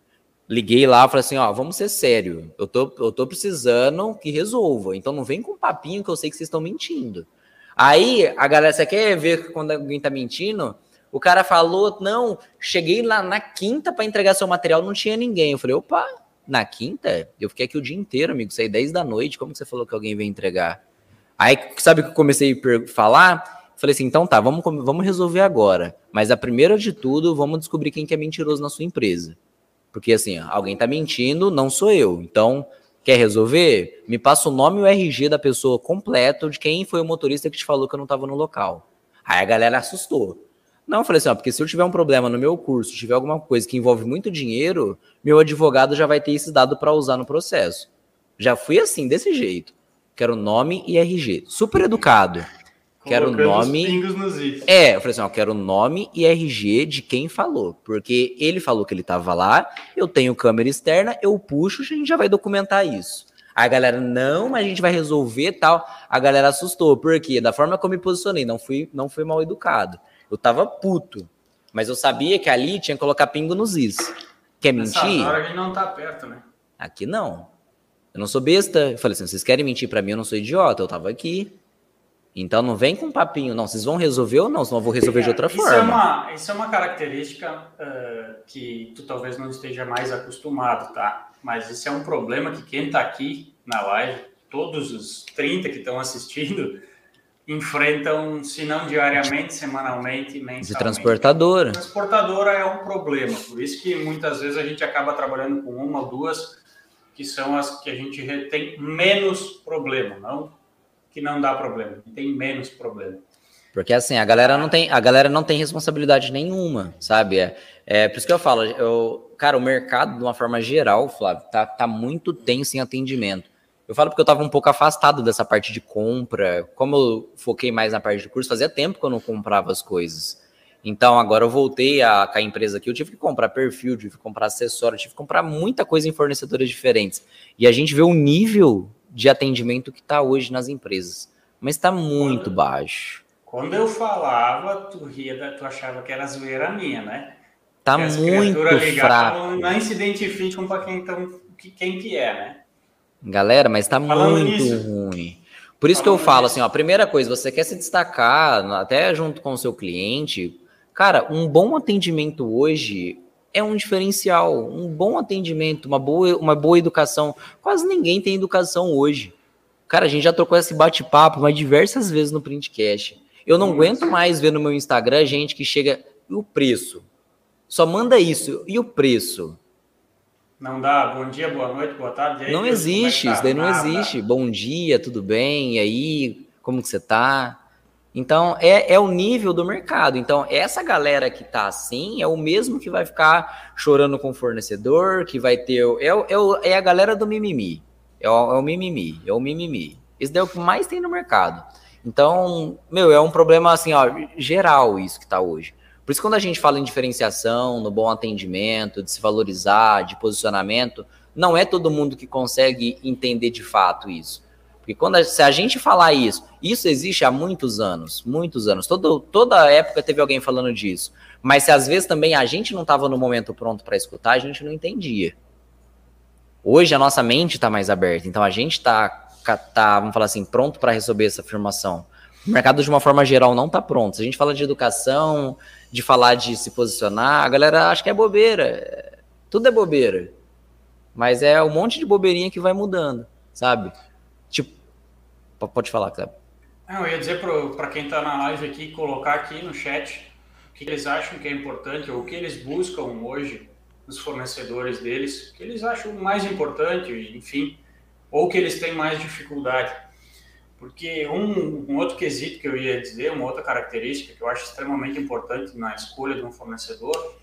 Liguei lá, falei assim, ó, vamos ser sério. Eu tô, eu tô precisando que resolva. Então não vem com papinho que eu sei que vocês estão mentindo. Aí, a galera, você quer ver quando alguém tá mentindo? O cara falou, não, cheguei lá na quinta pra entregar seu material, não tinha ninguém. Eu falei, opa... Na quinta, eu fiquei aqui o dia inteiro, amigo. Saí dez da noite. Como que você falou que alguém veio entregar? Aí, sabe o que eu comecei a falar? Falei assim, então tá, vamos, vamos resolver agora. Mas a primeira de tudo, vamos descobrir quem que é mentiroso na sua empresa. Porque assim, alguém tá mentindo, não sou eu. Então, quer resolver? Me passa o nome e o R G da pessoa completo de quem foi o motorista que te falou que eu não tava no local. Aí a galera assustou. Não, eu falei assim, ó, porque se eu tiver um problema no meu curso, tiver alguma coisa que envolve muito dinheiro, meu advogado já vai ter esse dado para usar no processo. Já fui assim, desse jeito. Quero nome e R G. Super educado. Quero nome... Os pingos nos is. É, eu falei assim, ó, quero nome e R G de quem falou. Porque ele falou que ele tava lá, eu tenho câmera externa, eu puxo, a gente já vai documentar isso. Aí a galera, não, mas a gente vai resolver e tal. A galera assustou, porque da forma que eu me posicionei, não fui, não fui mal educado. Eu tava puto, mas eu sabia que ali tinha que colocar pingo nos is. Quer mentir? Nessa hora a gente não tá perto, né? Aqui não. Eu não sou besta. Eu falei assim, vocês querem mentir pra mim, eu não sou idiota, eu tava aqui. Então não vem com papinho, não. Vocês vão resolver ou não? Senão eu vou resolver é, de outra isso forma. É uma, isso é uma característica uh, que tu talvez não esteja mais acostumado, tá? Mas isso é um problema que quem tá aqui na live, todos os trinta que estão assistindo... enfrentam, se não diariamente, semanalmente, mensalmente. De transportadora. Transportadora é um problema, por isso que muitas vezes a gente acaba trabalhando com uma ou duas que são as que a gente tem menos problema, não que não dá problema, tem menos problema. Porque assim, a galera não tem, a galera não tem responsabilidade nenhuma, sabe? É, é por isso que eu falo, eu, cara, o mercado, de uma forma geral, Flávio, tá, tá muito tenso em atendimento. Eu falo porque eu tava um pouco afastado dessa parte de compra, como eu foquei mais na parte de curso, fazia tempo que eu não comprava as coisas. Então, agora eu voltei a, com a empresa aqui, eu tive que comprar perfil, tive que comprar acessório, tive que comprar muita coisa em fornecedores diferentes. E a gente vê o nível de atendimento que está hoje nas empresas. Mas está muito quando, baixo. Quando eu falava, tu ria, tu achava que era zoeira minha, né? Tá muito fraco. Não se identificam para quem, tão, quem que é, né? Galera, mas tá Falando muito nisso, ruim. Por isso que eu falo nisso. assim, ó, a primeira coisa, você quer se destacar, até junto com o seu cliente, cara, um bom atendimento hoje é um diferencial. Um bom atendimento, uma boa, uma boa educação. Quase ninguém tem educação hoje. Cara, a gente já trocou esse bate-papo mais diversas vezes no Printcast. Eu não hum, aguento mais ver no meu Instagram gente que chega... E o preço? Só manda isso. E o preço? Não dá bom dia, boa noite, boa tarde. Aí, não Deus, existe, é isso daí não nada. existe. Bom dia, tudo bem? E aí, como que você tá? Então, é, é o nível do mercado. Então, essa galera que tá assim é o mesmo que vai ficar chorando com o fornecedor, que vai ter... É, é, é a galera do mimimi. É o, é o mimimi, é o mimimi. Isso daí é o que mais tem no mercado. Então, meu, é um problema assim, ó, geral isso que tá hoje. Por isso, quando a gente fala em diferenciação, no bom atendimento, de se valorizar, de posicionamento, não é todo mundo que consegue entender de fato isso. Porque quando a, se a gente falar isso, isso existe há muitos anos, muitos anos. Todo, toda época teve alguém falando disso. Mas se às vezes também a gente não estava no momento pronto para escutar, a gente não entendia. Hoje a nossa mente está mais aberta, então a gente está, tá, vamos falar assim, pronto para receber essa afirmação. O mercado, de uma forma geral, não está pronto. Se a gente fala de educação, de falar de se posicionar, a galera acha que é bobeira. Tudo é bobeira. Mas é um monte de bobeirinha que vai mudando, sabe? Tipo, pode falar, Cleber. Eu ia dizer para quem está na live aqui, colocar aqui no chat o que eles acham que é importante, ou o que eles buscam hoje nos fornecedores deles, o que eles acham mais importante, enfim, ou que eles têm mais dificuldade. Porque um, um outro quesito que eu ia dizer, uma outra característica que eu acho extremamente importante na escolha de um fornecedor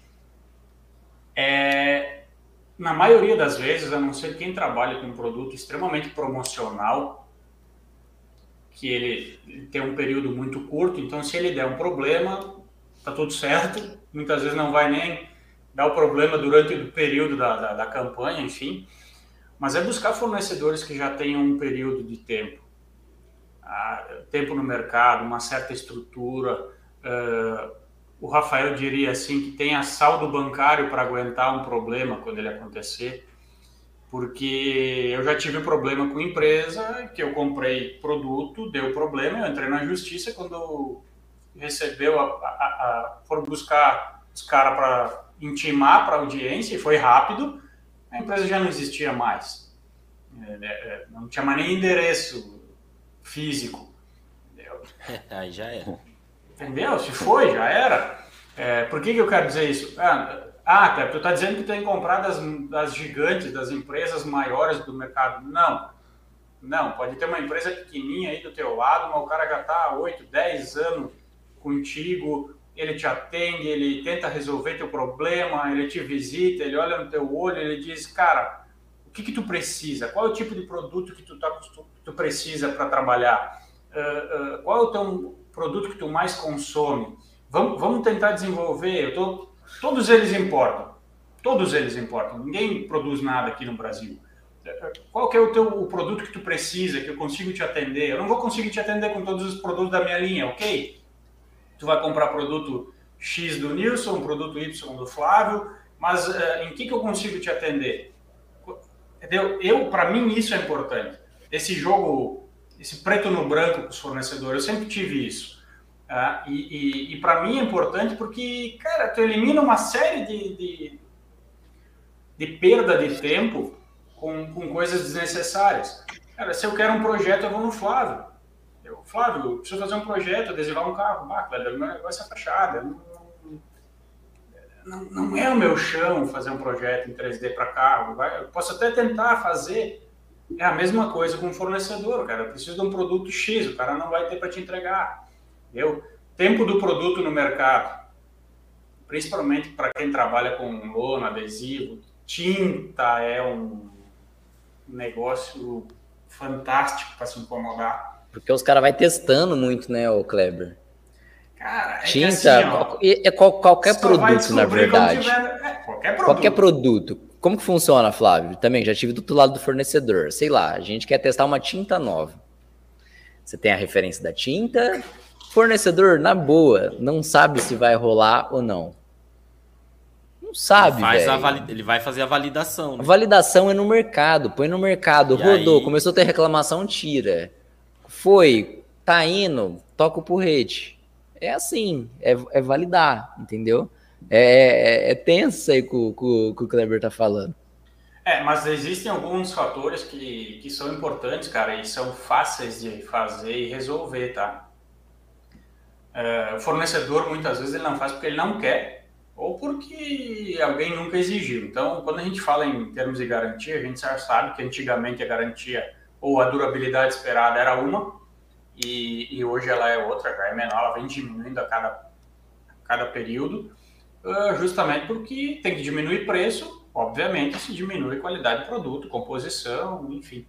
é, na maioria das vezes, a não ser quem trabalha com um produto extremamente promocional, que ele, ele tem um período muito curto, então se ele der um problema, tá tudo certo, muitas vezes não vai nem dar o problema durante o período da, da, da campanha, enfim, mas é buscar fornecedores que já tenham um período de tempo. Tempo no mercado, uma certa estrutura, uh, o Rafael diria assim que tenha saldo bancário para aguentar um problema quando ele acontecer, porque eu já tive um problema com empresa, que eu comprei produto, deu problema, eu entrei na justiça, quando recebeu, a, a, a, foram buscar os caras para intimar para a audiência, e foi rápido, a empresa já não existia mais, não tinha mais nem endereço físico. Entendeu? Aí já era. Entendeu? Se foi, já era. É, por que, que eu quero dizer isso? Ah, ah cara, tu tá dizendo que tem que comprar das, das gigantes, das empresas maiores do mercado. Não. Não, pode ter uma empresa pequenininha aí do teu lado, mas o cara já tá há oito, dez anos contigo, ele te atende, ele tenta resolver teu problema, ele te visita, ele olha no teu olho, ele diz, cara, o que que tu precisa? Qual é o tipo de produto que tu, tá, tu precisa para trabalhar? Uh, uh, qual é o teu produto que tu mais consome? Vamos, vamos tentar desenvolver. Eu tô, todos eles importam. Todos eles importam. Ninguém produz nada aqui no Brasil. Qual que é o teu o produto que tu precisa, que eu consigo te atender? Eu não vou conseguir te atender com todos os produtos da minha linha, ok? Tu vai comprar produto X do Nilson, produto Y do Flávio, mas uh, em que, que eu consigo te atender? Entendeu? Eu, para mim, isso é importante. Esse jogo, esse preto no branco com os fornecedores, eu sempre tive isso. Uh, e e, e para mim é importante porque, cara, tu elimina uma série de, de, de perda de tempo com, com coisas desnecessárias. Cara, se eu quero um projeto, eu vou no Flávio. Eu, Flávio, eu preciso fazer um projeto, adesivar um carro. Ah, Cleber, meu negócio é fachada. Não, não, não, não é o meu chão fazer um projeto em três D para carro. Vai, eu posso até tentar fazer. É a mesma coisa com o fornecedor, cara. Eu preciso de um produto X, o cara não vai ter para te entregar. Entendeu? Tempo do produto no mercado, principalmente para quem trabalha com lona, adesivo, tinta é um negócio fantástico para se incomodar. Porque os caras vão testando muito, né, o Kleber? Cara, é tinta, que assim, ó, é qual, qualquer produto, na verdade. Tiver, é, qualquer produto. Qualquer produto. Como que funciona, Flávio? Também já tive do outro lado do fornecedor. Sei lá, a gente quer testar uma tinta nova. Você tem a referência da tinta, fornecedor, na boa, não sabe se vai rolar ou não. Não sabe, velho. Ele vai fazer a validação. Né? A validação é no mercado. Põe no mercado, e rodou, aí... começou a ter reclamação, tira. Foi, tá indo, toca o porrete. É assim, é, é validar, entendeu? É, é, é tenso aí que o, que, que o Kleber tá falando. É, mas existem alguns fatores que, que são importantes, cara, e são fáceis de fazer e resolver, tá? É, o fornecedor, muitas vezes, ele não faz porque ele não quer, ou porque alguém nunca exigiu. Então, quando a gente fala em termos de garantia, a gente já sabe que antigamente a garantia ou a durabilidade esperada era uma, e, e hoje ela é outra, já é menor, ela vem diminuindo a cada, a cada período, uh, justamente porque tem que diminuir preço, obviamente se diminui qualidade do produto, composição, enfim.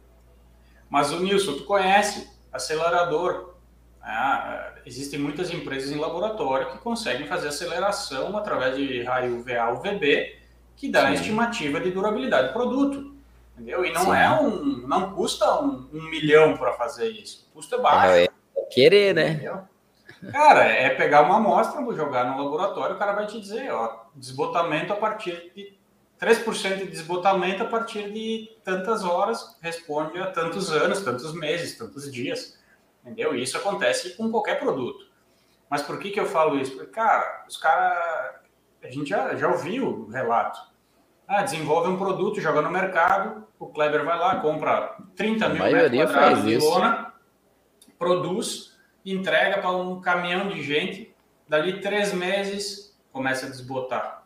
Mas o Nilson, tu conhece acelerador. Ah, existem muitas empresas em laboratório que conseguem fazer aceleração através de raio U V A U V B, que dá Sim. a estimativa de durabilidade do produto. Entendeu? E não Sim. é um, não custa um, um milhão para fazer isso, custa baixo. É, é querer, né? Entendeu? Cara, é pegar uma amostra, vou jogar no laboratório, o cara vai te dizer, ó, desbotamento a partir de três por cento de desbotamento a partir de tantas horas, responde a tantos anos, tantos meses, tantos dias. Entendeu? E isso acontece com qualquer produto. Mas por que que eu falo isso? Porque, cara, os caras, a gente já, já ouviu o relato. Ah, desenvolve um produto, joga no mercado, o Kleber vai lá, compra trinta mil metros quadrados de lona, produz, entrega para um caminhão de gente, dali três meses começa a desbotar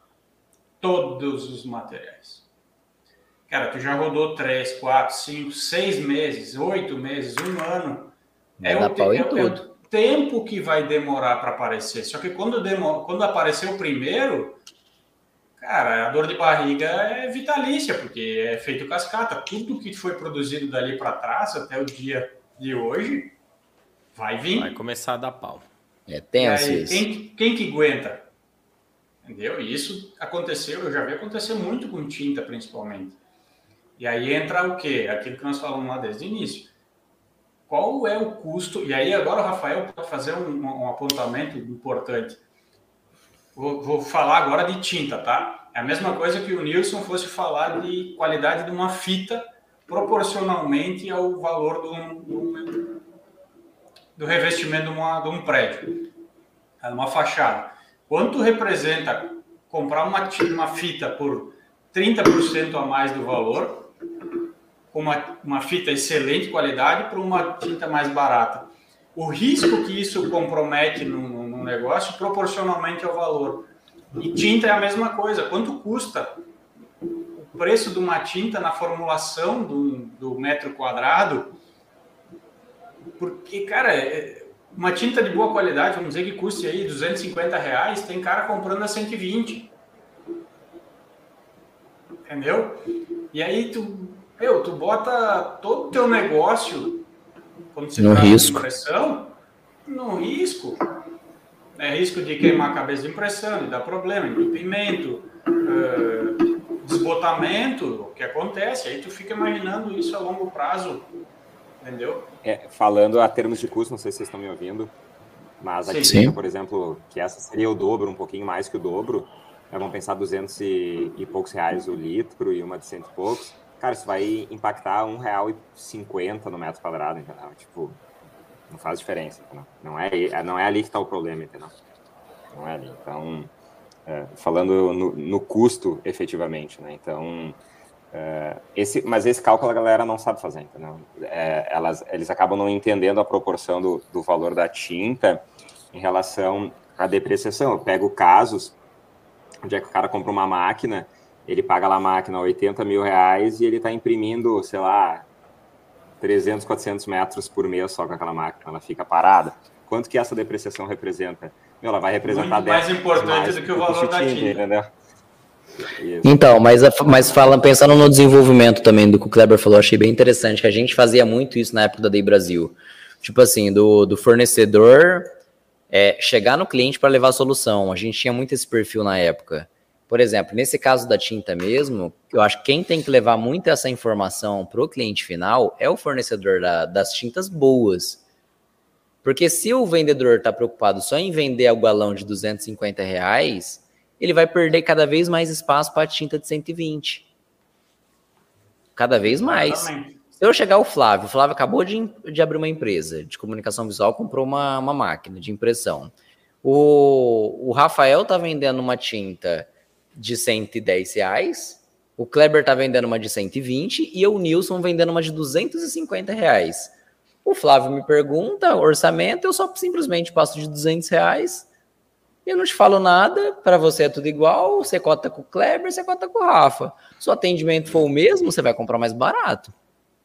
todos os materiais. Cara, tu já rodou três, quatro, cinco, seis meses, oito meses, um ano. É o, te, é, é o tempo que vai demorar para aparecer. Só que quando, demora, quando aparecer o primeiro, cara, a dor de barriga é vitalícia, porque é feito cascata. Tudo que foi produzido dali para trás, até o dia de hoje, vai vir. Vai começar a dar pau. É tenso aí, isso. Quem, quem que aguenta? Entendeu? E isso aconteceu, eu já vi acontecer muito com tinta, principalmente. E aí entra o quê? Aquilo que nós falamos lá desde o início. Qual é o custo? E aí agora o Rafael pode fazer um, um apontamento importante. Vou, vou falar agora de tinta, tá? É a mesma coisa que o Nilson fosse falar de qualidade de uma fita proporcionalmente ao valor do, do, do revestimento de, uma, de um prédio, de uma fachada. Quanto representa comprar uma, uma fita por trinta por cento a mais do valor, com uma, uma fita excelente qualidade para uma tinta mais barata? O risco que isso compromete no, no negócio proporcionalmente ao valor. E tinta é a mesma coisa. Quanto custa o preço de uma tinta na formulação do, do metro quadrado? Porque, cara, uma tinta de boa qualidade, vamos dizer que custe aí duzentos e cinquenta reais, tem cara comprando a cento e vinte. Entendeu? E aí tu... Meu, tu bota todo o teu negócio, quando você no risco. Impressão, no risco. É risco de queimar a cabeça de impressão, de dar problema, entupimento, uh, desbotamento, o que acontece. Aí tu fica imaginando isso a longo prazo, entendeu? É, falando a termos de custo, não sei se vocês estão me ouvindo, mas a tinta, por exemplo, que essa seria o dobro, um pouquinho mais que o dobro, né, vamos pensar duzentos e, e poucos reais o litro e uma de cento e poucos. Cara, isso vai impactar um real e cinquenta no metro quadrado, entendeu? Tipo, não faz diferença, entendeu? Não é, não é ali que está o problema, entendeu? Não é ali. Então, é, falando no, no custo, efetivamente, né? Então, é, esse, mas esse cálculo a galera não sabe fazer, entendeu? É, elas, eles acabam não entendendo a proporção do, do valor da tinta em relação à depreciação. Eu pego casos onde é que o cara compra uma máquina, ele paga lá a máquina oitenta mil reais e ele está imprimindo, sei lá, trezentos, quatrocentos metros por mês só com aquela máquina, ela fica parada. Quanto que essa depreciação representa? Meu, ela vai representar muito mais importante mais do que o valor da tinta. Entendeu? Então, mas, mas falam, pensando no desenvolvimento também do que o Kleber falou, achei bem interessante, que a gente fazia muito isso na época da Day Brasil. Tipo assim, do, do fornecedor é, chegar no cliente para levar a solução. A gente tinha muito esse perfil na época. Por exemplo, nesse caso da tinta mesmo, eu acho que quem tem que levar muito essa informação para o cliente final é o fornecedor da, das tintas boas. Porque se o vendedor está preocupado só em vender o galão de duzentos e cinquenta reais, ele vai perder cada vez mais espaço para a tinta de cento e vinte. Cada vez mais. Se eu chegar o Flávio, o Flávio acabou de, de abrir uma empresa de comunicação visual, comprou uma, uma máquina de impressão. O, o Rafael está vendendo uma tinta de cento e dez reais, o Kleber está vendendo uma de cento e vinte e eu, o Nilson, vendendo uma de duzentos e cinquenta reais. O Flávio me pergunta orçamento, eu só simplesmente passo de duzentos reais. Eu não te falo nada, para você é tudo igual, você cota com o Kleber, você cota com o Rafa. Se o atendimento for o mesmo, você vai comprar mais barato.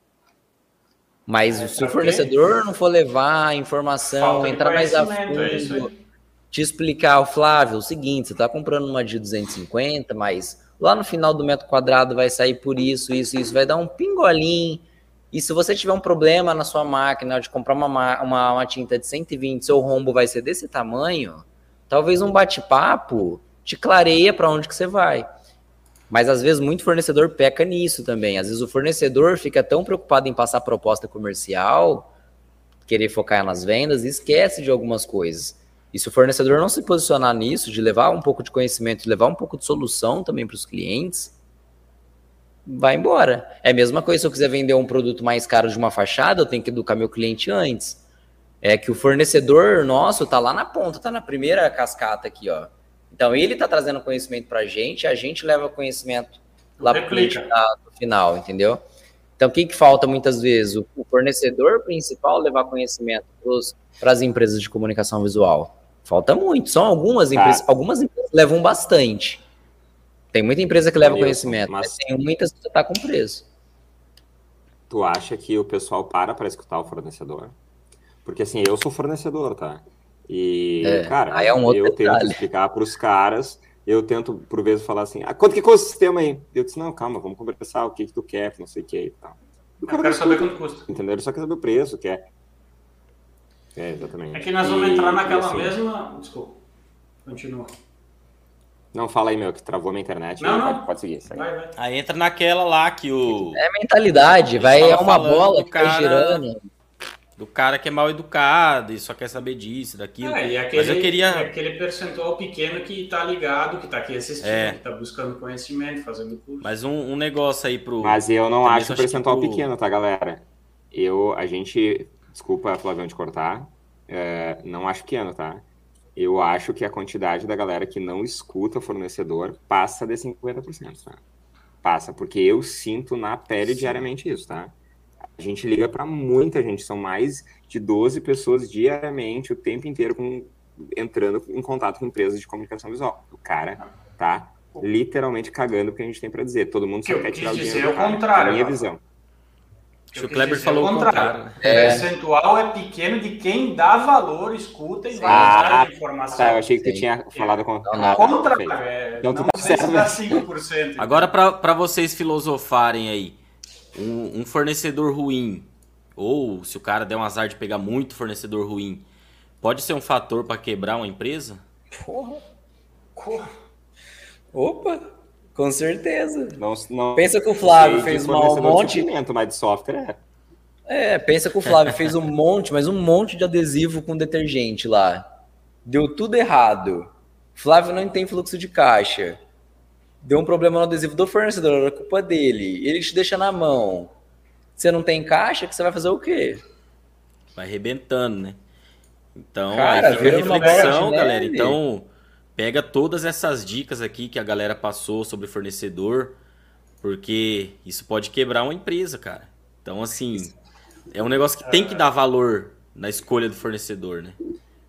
Mas é, se o fornecedor quê? não for levar a informação, Falta entrar mais a fundo, é te explicar, o Flávio, o seguinte, você está comprando uma de duzentos e cinquenta, mas lá no final do metro quadrado vai sair por isso, isso, isso, vai dar um pingolim. E se você tiver um problema na sua máquina de comprar uma, uma, uma tinta de cento e vinte, seu rombo vai ser desse tamanho, talvez um bate-papo te clareia para onde que você vai. Mas às vezes muito fornecedor peca nisso também. Às vezes o fornecedor fica tão preocupado em passar proposta comercial, querer focar nas vendas e esquece de algumas coisas. E se o fornecedor não se posicionar nisso, de levar um pouco de conhecimento, de levar um pouco de solução também para os clientes, vai embora. É a mesma coisa se eu quiser vender um produto mais caro de uma fachada, eu tenho que educar meu cliente antes. É que o fornecedor nosso tá lá na ponta, tá na primeira cascata aqui, ó. Então ele tá trazendo conhecimento pra gente, a gente leva conhecimento lá pro cliente no final, entendeu? Então o que que falta muitas vezes? O fornecedor principal levar conhecimento para as empresas de comunicação visual. Falta muito, são algumas empresas, tá. algumas empresas levam bastante. Tem muita empresa que leva Meu, conhecimento, mas... mas tem muitas que tá com preço. Tu acha que o pessoal para para escutar o fornecedor? Porque assim, eu sou fornecedor, tá? E, é, cara, é um eu detalhe. tento explicar para os caras, eu tento, por vezes, falar assim, ah, quanto que custa o sistema aí? Eu disse, não, calma, vamos conversar, o que que tu quer, não sei o que e tal. Eu, eu quero saber quanto custa. Entendeu? Ele só quer saber o preço, quer. É, exatamente. É que nós vamos e, entrar naquela assim, mesma... Desculpa, continua. Não, fala aí, meu, que travou minha internet. Não, não. Pode, pode seguir. Segue. Vai, vai. Aí entra naquela lá que o... É mentalidade, vai, é uma bola que cara, vai girando. Do cara que é mal educado e só quer saber disso, daquilo. É, e aquele, Mas eu queria... aquele percentual pequeno que tá ligado, que tá aqui assistindo, é. que tá buscando conhecimento, fazendo curso. Mas um, um negócio aí pro... Mas eu não acho o percentual pro... pequeno, tá, galera? Eu, a gente... Desculpa, Flavião, de cortar. É, não acho pequeno, tá? Eu acho que a quantidade da galera que não escuta o fornecedor passa de cinquenta por cento, tá? Passa, porque eu sinto na pele Sim. diariamente isso, tá? A gente liga para muita gente, são mais de doze pessoas diariamente, o tempo inteiro, com, entrando em contato com empresas de comunicação visual. O cara tá literalmente cagando o que a gente tem para dizer. Todo mundo só que quer tirar o dinheiro do cara. Contrário, é a minha visão. O o Kleber falou o contrário. contrário. É. O percentual é pequeno de quem dá valor, escuta e vai ah, atrás de informação. Tá, eu achei que tu Sim. tinha falado com... o contrário. É, então, não tá sei se dá cinco por cento. Agora, para vocês filosofarem aí, um, um fornecedor ruim, ou se o cara der um azar de pegar muito fornecedor ruim, pode ser um fator para quebrar uma empresa? Porra. Porra. Opa, com certeza. Não, não, pensa que o Flávio fez um monte... Mas de software é. É, pensa que o Flávio fez um monte, mas um monte de adesivo com detergente lá. Deu tudo errado. Flávio não tem fluxo de caixa. Deu um problema no adesivo do fornecedor, era culpa dele. Ele te deixa na mão. Você não tem caixa, que você vai fazer o quê? Vai arrebentando, né? Então, Cara, aí fica a reflexão, galera. Então, pega todas essas dicas aqui que a galera passou sobre fornecedor, porque isso pode quebrar uma empresa, cara. Então, assim, é um negócio que tem que dar valor na escolha do fornecedor, né?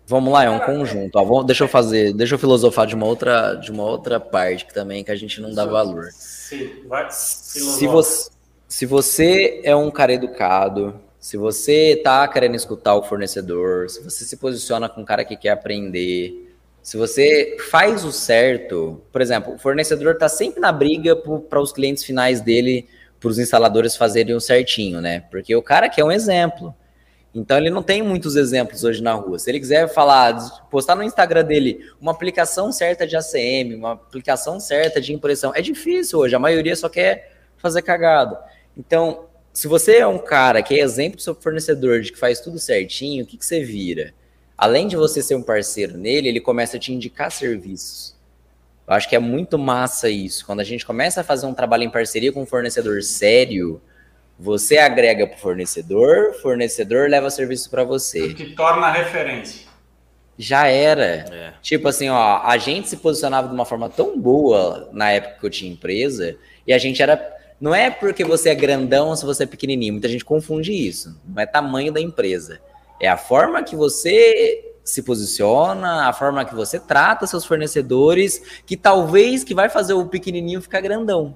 Vamos lá, é um conjunto. Ó, vamos, deixa eu fazer, deixa eu filosofar de uma outra, de uma outra parte que também que a gente não dá valor. Sim, vai. Se você, se você é um cara educado, se você tá querendo escutar o fornecedor, se você se posiciona com um cara que quer aprender, se você faz o certo, por exemplo, o fornecedor tá sempre na briga para os clientes finais dele, para os instaladores fazerem o certinho, né? Porque o cara quer um exemplo. Então ele não tem muitos exemplos hoje na rua. Se ele quiser falar, postar no Instagram dele uma aplicação certa de A C M, uma aplicação certa de impressão, é difícil hoje. A maioria só quer fazer cagado. Então, se você é um cara que é exemplo do seu fornecedor de que faz tudo certinho, o que, que você vira? Além de você ser um parceiro nele, ele começa a te indicar serviços. Eu acho que é muito massa isso. Quando a gente começa a fazer um trabalho em parceria com um fornecedor sério, você agrega para o fornecedor, fornecedor leva serviço para você. Que torna a referência. Já era. É. Tipo assim, ó, a gente se posicionava de uma forma tão boa na época que eu tinha empresa, e a gente era... Não é porque você é grandão ou se você é pequenininho. Muita gente confunde isso. Não é tamanho da empresa. É a forma que você se posiciona, a forma que você trata seus fornecedores, que talvez que vai fazer o pequenininho ficar grandão.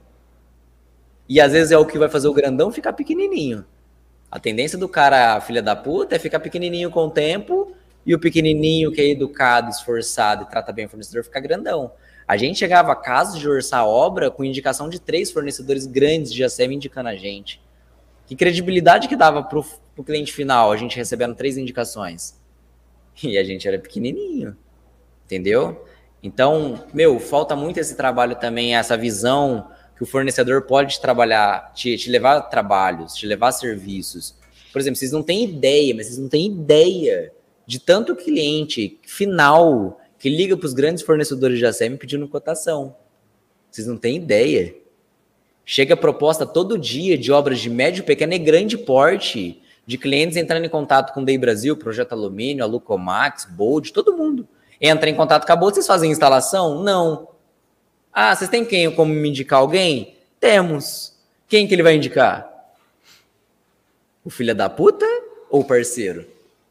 E às vezes é o que vai fazer o grandão ficar pequenininho. A tendência do cara, filha da puta, é ficar pequenininho com o tempo e o pequenininho que é educado, esforçado e trata bem o fornecedor ficar grandão. A gente chegava a casos de orçar obra com indicação de três fornecedores grandes de A C M indicando a gente. Que credibilidade que dava pro, pro cliente final, a gente recebendo três indicações? E a gente era pequenininho, entendeu? Então, meu, falta muito esse trabalho também, essa visão que o fornecedor pode trabalhar, te, te levar trabalhos, te levar serviços. Por exemplo, vocês não têm ideia, mas vocês não têm ideia de tanto cliente final que liga para os grandes fornecedores de A C M pedindo cotação. Vocês não têm ideia. Chega proposta todo dia de obras de médio, pequeno e grande porte, de clientes entrando em contato com o Day Brasil, Projeto Alumínio, Alucomax, Bold, todo mundo. Entra em contato com a Bold, vocês fazem instalação? Não. Ah, vocês têm quem como me indicar alguém? Temos. Quem que ele vai indicar? O filho da puta ou o parceiro?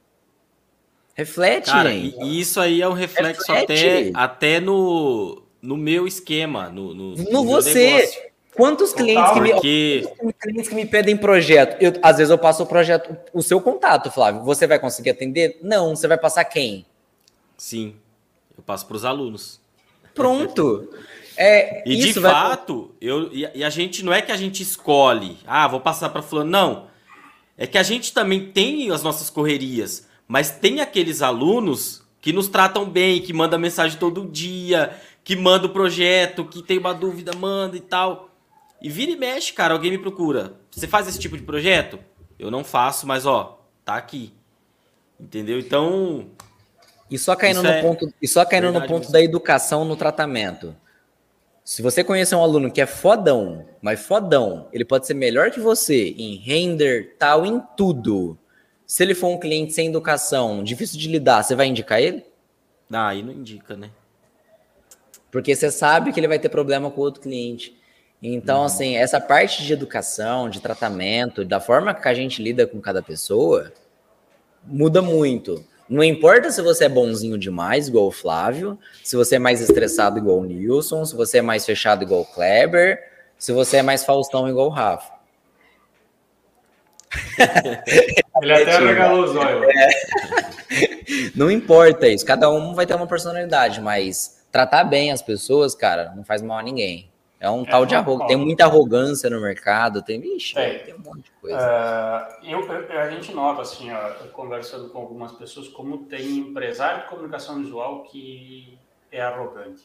Reflete, cara, gente. E isso aí é um reflexo até, até no, no meu esquema, no, no, no, no você. Negócio. Quantos clientes, Total, que me, porque... quantos clientes que me pedem projeto? Eu, às vezes eu passo o projeto, o seu contato, Flávio. Você vai conseguir atender? Não. Você vai passar quem? Sim, eu passo para os alunos. Pronto. É, e isso de vai... fato, eu, e, e a gente não é que a gente escolhe, ah, vou passar para fulano, não. É que a gente também tem as nossas correrias, mas tem aqueles alunos que nos tratam bem, que mandam mensagem todo dia, que manda o projeto, que tem uma dúvida, manda e tal. E vira e mexe, cara, alguém me procura. Você faz esse tipo de projeto? Eu não faço, mas ó, tá aqui. Entendeu? Então... E só caindo no é ponto, e só caindo no ponto da educação no tratamento. Se você conhecer um aluno que é fodão, mas fodão, ele pode ser melhor que você em render, tal, em tudo. Se ele for um cliente sem educação, difícil de lidar, você vai indicar ele? Ah, aí não indica, né? Porque você sabe que ele vai ter problema com outro cliente. Então, uhum. assim, essa parte de educação, de tratamento, da forma que a gente lida com cada pessoa, muda muito. Não importa se você é bonzinho demais, igual o Flávio, se você é mais estressado igual o Nilson, se você é mais fechado igual o Kleber, se você é mais Faustão igual o Rafa. Ele até regalou os olhos. É. Não importa isso, cada um vai ter uma personalidade, mas tratar bem as pessoas, cara, não faz mal a ninguém. É um é tal de arrogância, tem muita arrogância no mercado, tem, vixe, é. tem um monte de coisa. Uh, eu, eu, a gente nota, assim, ó, conversando com algumas pessoas, como tem empresário de comunicação visual que é arrogante.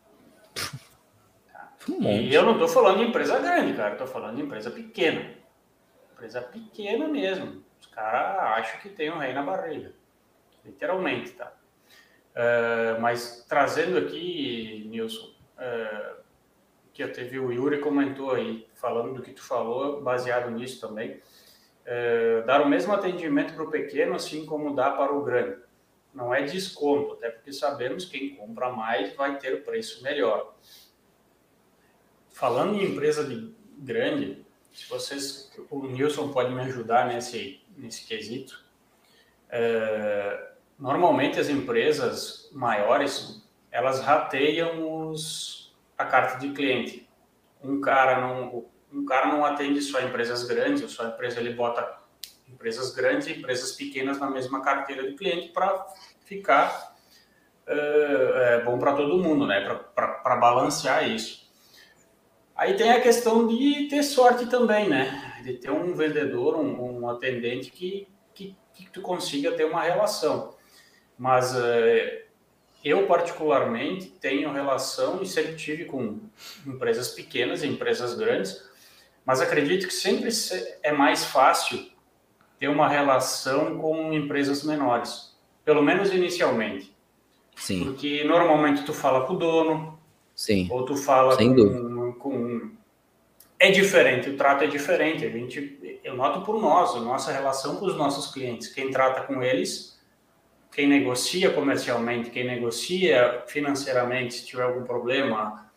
Tá? Um e eu não estou falando de empresa grande, cara, estou falando de empresa pequena. Empresa pequena mesmo. Os caras acham que tem um rei na barriga. Literalmente, tá? Uh, mas trazendo aqui, Nilson, uh, que eu teve o Yuri comentou aí, falando do que tu falou, baseado nisso também, uh, dar o mesmo atendimento para o pequeno, assim como dá para o grande. Não é desconto, até porque sabemos que quem compra mais vai ter o preço melhor. Falando em empresa de grande, se vocês, o Nilson pode me ajudar nesse, nesse quesito, uh, normalmente as empresas maiores, elas rateiam os, a carta de cliente. Um cara não, um cara não atende só empresas grandes, ou só empresa, ele bota empresas grandes e empresas pequenas na mesma carteira de cliente para ficar uh, é, bom para todo mundo, né? Para balancear isso. Aí tem a questão de ter sorte também, né? De ter um vendedor, um, um atendente que, que, que tu consiga ter uma relação. Mas uh, eu, particularmente, tenho relação e sempre tive com empresas pequenas e empresas grandes, mas acredito que sempre é mais fácil ter uma relação com empresas menores, pelo menos inicialmente. Sim. Porque normalmente tu fala com o dono, sim, ou tu fala sem com, dúvida. com... É diferente, o trato é diferente. A gente, eu noto por nós, a nossa relação com os nossos clientes. Quem trata com eles, quem negocia comercialmente, quem negocia financeiramente, se tiver algum problema,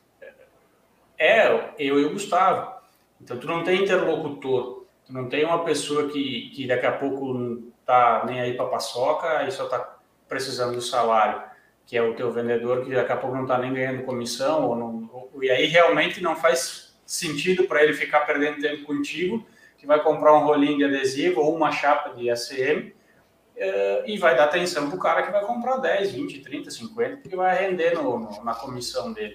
é eu e o Gustavo. Então, tu não tem interlocutor. Tu não tem uma pessoa que, que daqui a pouco não tá nem aí para paçoca e só tá precisando do salário, que é o teu vendedor, que daqui a pouco não tá nem ganhando comissão, ou não, ou, e aí realmente não faz sentido para ele ficar perdendo tempo contigo, que vai comprar um rolinho de adesivo ou uma chapa de A C M eh, e vai dar atenção pro cara que vai comprar dez, vinte, trinta, cinquenta, porque vai render no, no, na comissão dele.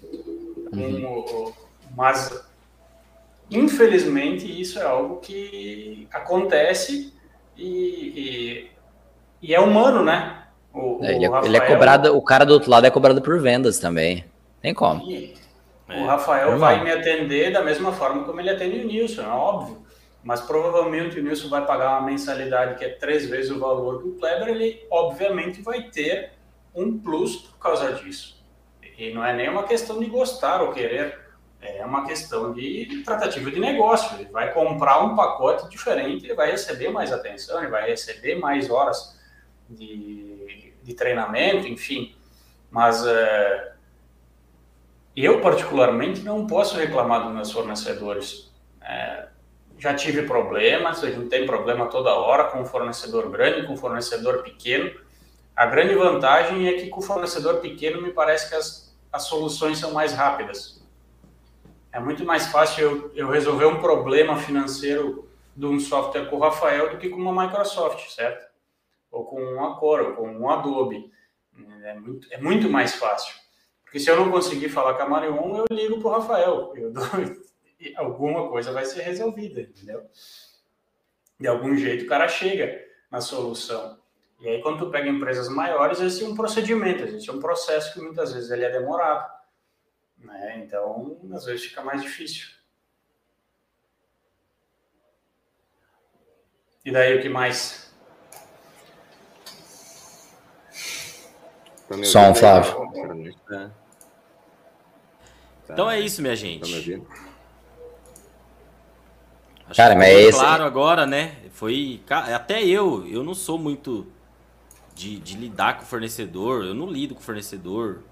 Uhum. Um, mas infelizmente, isso é algo que acontece e, e, e é humano, né? O, é, ele, é, Rafael, ele é cobrado, o cara do outro lado é cobrado por vendas também. Tem como. E, é, o Rafael normal. Vai me atender da mesma forma como ele atende o Nilson, é óbvio. Mas provavelmente o Nilson vai pagar uma mensalidade que é três vezes o valor do Kleber, ele obviamente vai ter um plus por causa disso. E não é nem uma questão de gostar ou querer. É uma questão de tratativa de negócio. Ele vai comprar um pacote diferente, ele vai receber mais atenção, ele vai receber mais horas de, de treinamento, enfim. Mas uh, eu, particularmente, não posso reclamar dos meus fornecedores. É, já tive problemas, a gente tem problema toda hora com um fornecedor grande, com um fornecedor pequeno. A grande vantagem é que com o fornecedor pequeno me parece que as, as soluções são mais rápidas. É muito mais fácil eu, eu resolver um problema financeiro de um software com o Rafael do que com uma Microsoft, certo? Ou com uma Core, ou com um Adobe. É muito, é muito mais fácil. Porque se eu não conseguir falar com a Marion, eu ligo para o Rafael. Eu dou, e alguma coisa vai ser resolvida, entendeu? De algum jeito o cara chega na solução. E aí quando tu pega empresas maiores, existe um procedimento, existe um processo que muitas vezes ele é demorado. Né? Então, às vezes fica mais difícil. E daí, o que mais? Som, Flávio. É. Então é isso, minha gente. Acho cara, mas é esse... claro agora, né? Foi... Até eu, eu não sou muito de, de lidar com o fornecedor, eu não lido com o fornecedor.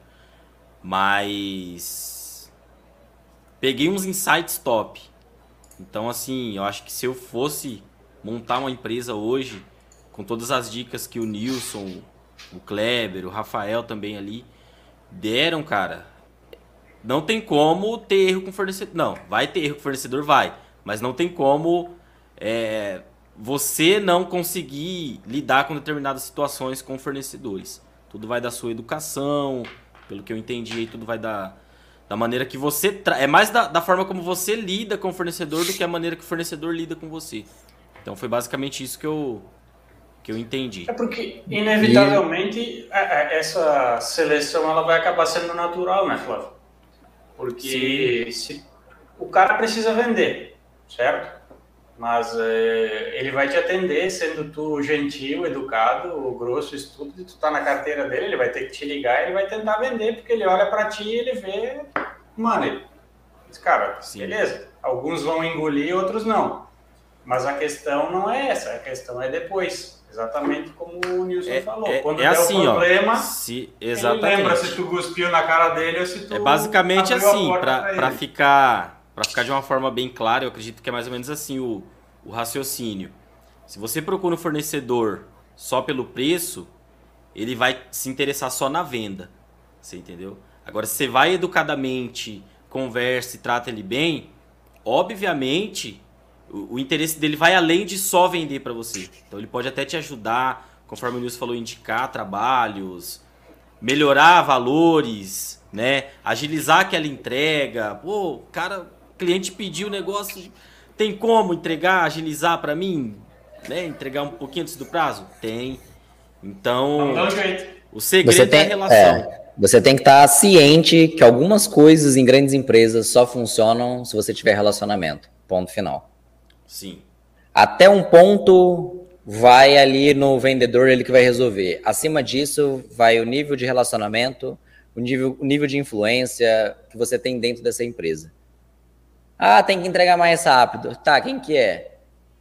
Mas peguei uns insights top. Então, assim, eu acho que se eu fosse montar uma empresa hoje, com todas as dicas que o Nilson, o Kleber, o Rafael também ali deram, cara, não tem como ter erro com fornecedor. Não, vai ter erro com fornecedor, vai. Mas não tem como é, você não conseguir lidar com determinadas situações com fornecedores. Tudo vai da sua educação. Pelo que eu entendi aí, tudo vai da, da maneira que você... Tra... É mais da, da forma como você lida com o fornecedor do que a maneira que o fornecedor lida com você. Então foi basicamente isso que eu, que eu entendi. É porque, inevitavelmente, e... essa seleção ela vai acabar sendo natural, né, Flávio? Porque se... o cara precisa vender, certo? Mas é, ele vai te atender sendo tu gentil, educado, grosso, isso tudo, e tu tá na carteira dele, ele vai ter que te ligar, ele vai tentar vender, porque ele olha pra ti e ele vê, mano, ele diz, cara, Sim. beleza, alguns vão engolir, outros não. Mas a questão não é essa, a questão é depois, exatamente como o Nilson é, falou. É, Quando é der assim, o problema, ó, se, exatamente. ele lembra se tu cuspiu na cara dele ou se tu... É basicamente assim, pra, pra, pra ficar... Para ficar de uma forma bem clara, eu acredito que é mais ou menos assim o, o raciocínio. Se você procura um fornecedor só pelo preço, ele vai se interessar só na venda. Você entendeu? Agora, se você vai educadamente, conversa e trata ele bem, obviamente, o, o interesse dele vai além de só vender para você. Então, ele pode até te ajudar, conforme o Nilson falou, indicar trabalhos, melhorar valores, né? Agilizar aquela entrega. Pô, o cara, o cliente pediu o negócio, tem como entregar, agilizar para mim? Né? Entregar um pouquinho antes do prazo? Tem. Então, o segredo tem, é a relação. É, você tem que estar ciente que algumas coisas em grandes empresas só funcionam se você tiver relacionamento. Ponto final. Sim. Até um ponto vai ali no vendedor, ele que vai resolver. Acima disso, vai o nível de relacionamento, o nível, o nível de influência que você tem dentro dessa empresa. Ah, tem que entregar mais rápido. Tá, quem que é?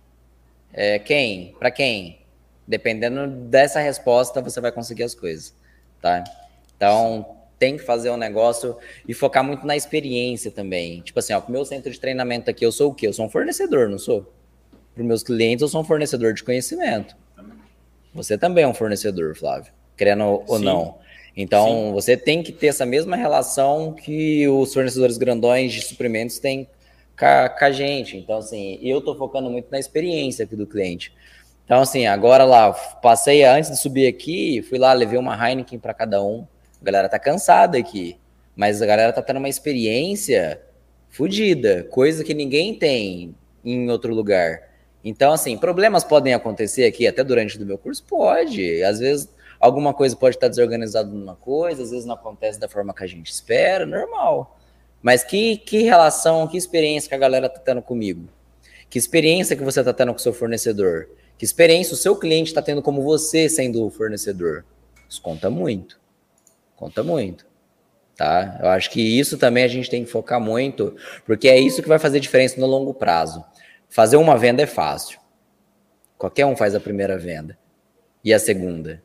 É quem? Para quem? Dependendo dessa resposta, você vai conseguir as coisas, tá? Então, tem que fazer um negócio e focar muito na experiência também. Tipo assim, ó, com o meu centro de treinamento aqui, eu sou o quê? Eu sou um fornecedor, não sou? Para os meus clientes, eu sou um fornecedor de conhecimento. Você também é um fornecedor, Flávio, querendo ou não. Então, Sim. você tem que ter essa mesma relação que os fornecedores grandões de suprimentos têm com a, com a gente. Então, assim, eu tô focando muito na experiência aqui do cliente. Então, assim, agora lá, passei, antes de subir aqui, fui lá, levei uma Heineken para cada um. A galera tá cansada aqui, mas a galera tá tendo uma experiência fodida, coisa que ninguém tem em outro lugar. Então, assim, problemas podem acontecer aqui até durante o meu curso? Pode. Às vezes, alguma coisa pode estar desorganizada numa coisa, às vezes não acontece da forma que a gente espera, normal. Mas que, que relação, que experiência que a galera tá tendo comigo? Que experiência que você tá tendo com o seu fornecedor? Que experiência o seu cliente está tendo como você sendo o fornecedor? Isso conta muito. Conta muito. Tá? Eu acho que isso também a gente tem que focar muito, porque é isso que vai fazer diferença no longo prazo. Fazer uma venda é fácil. Qualquer um faz a primeira venda. E a segunda?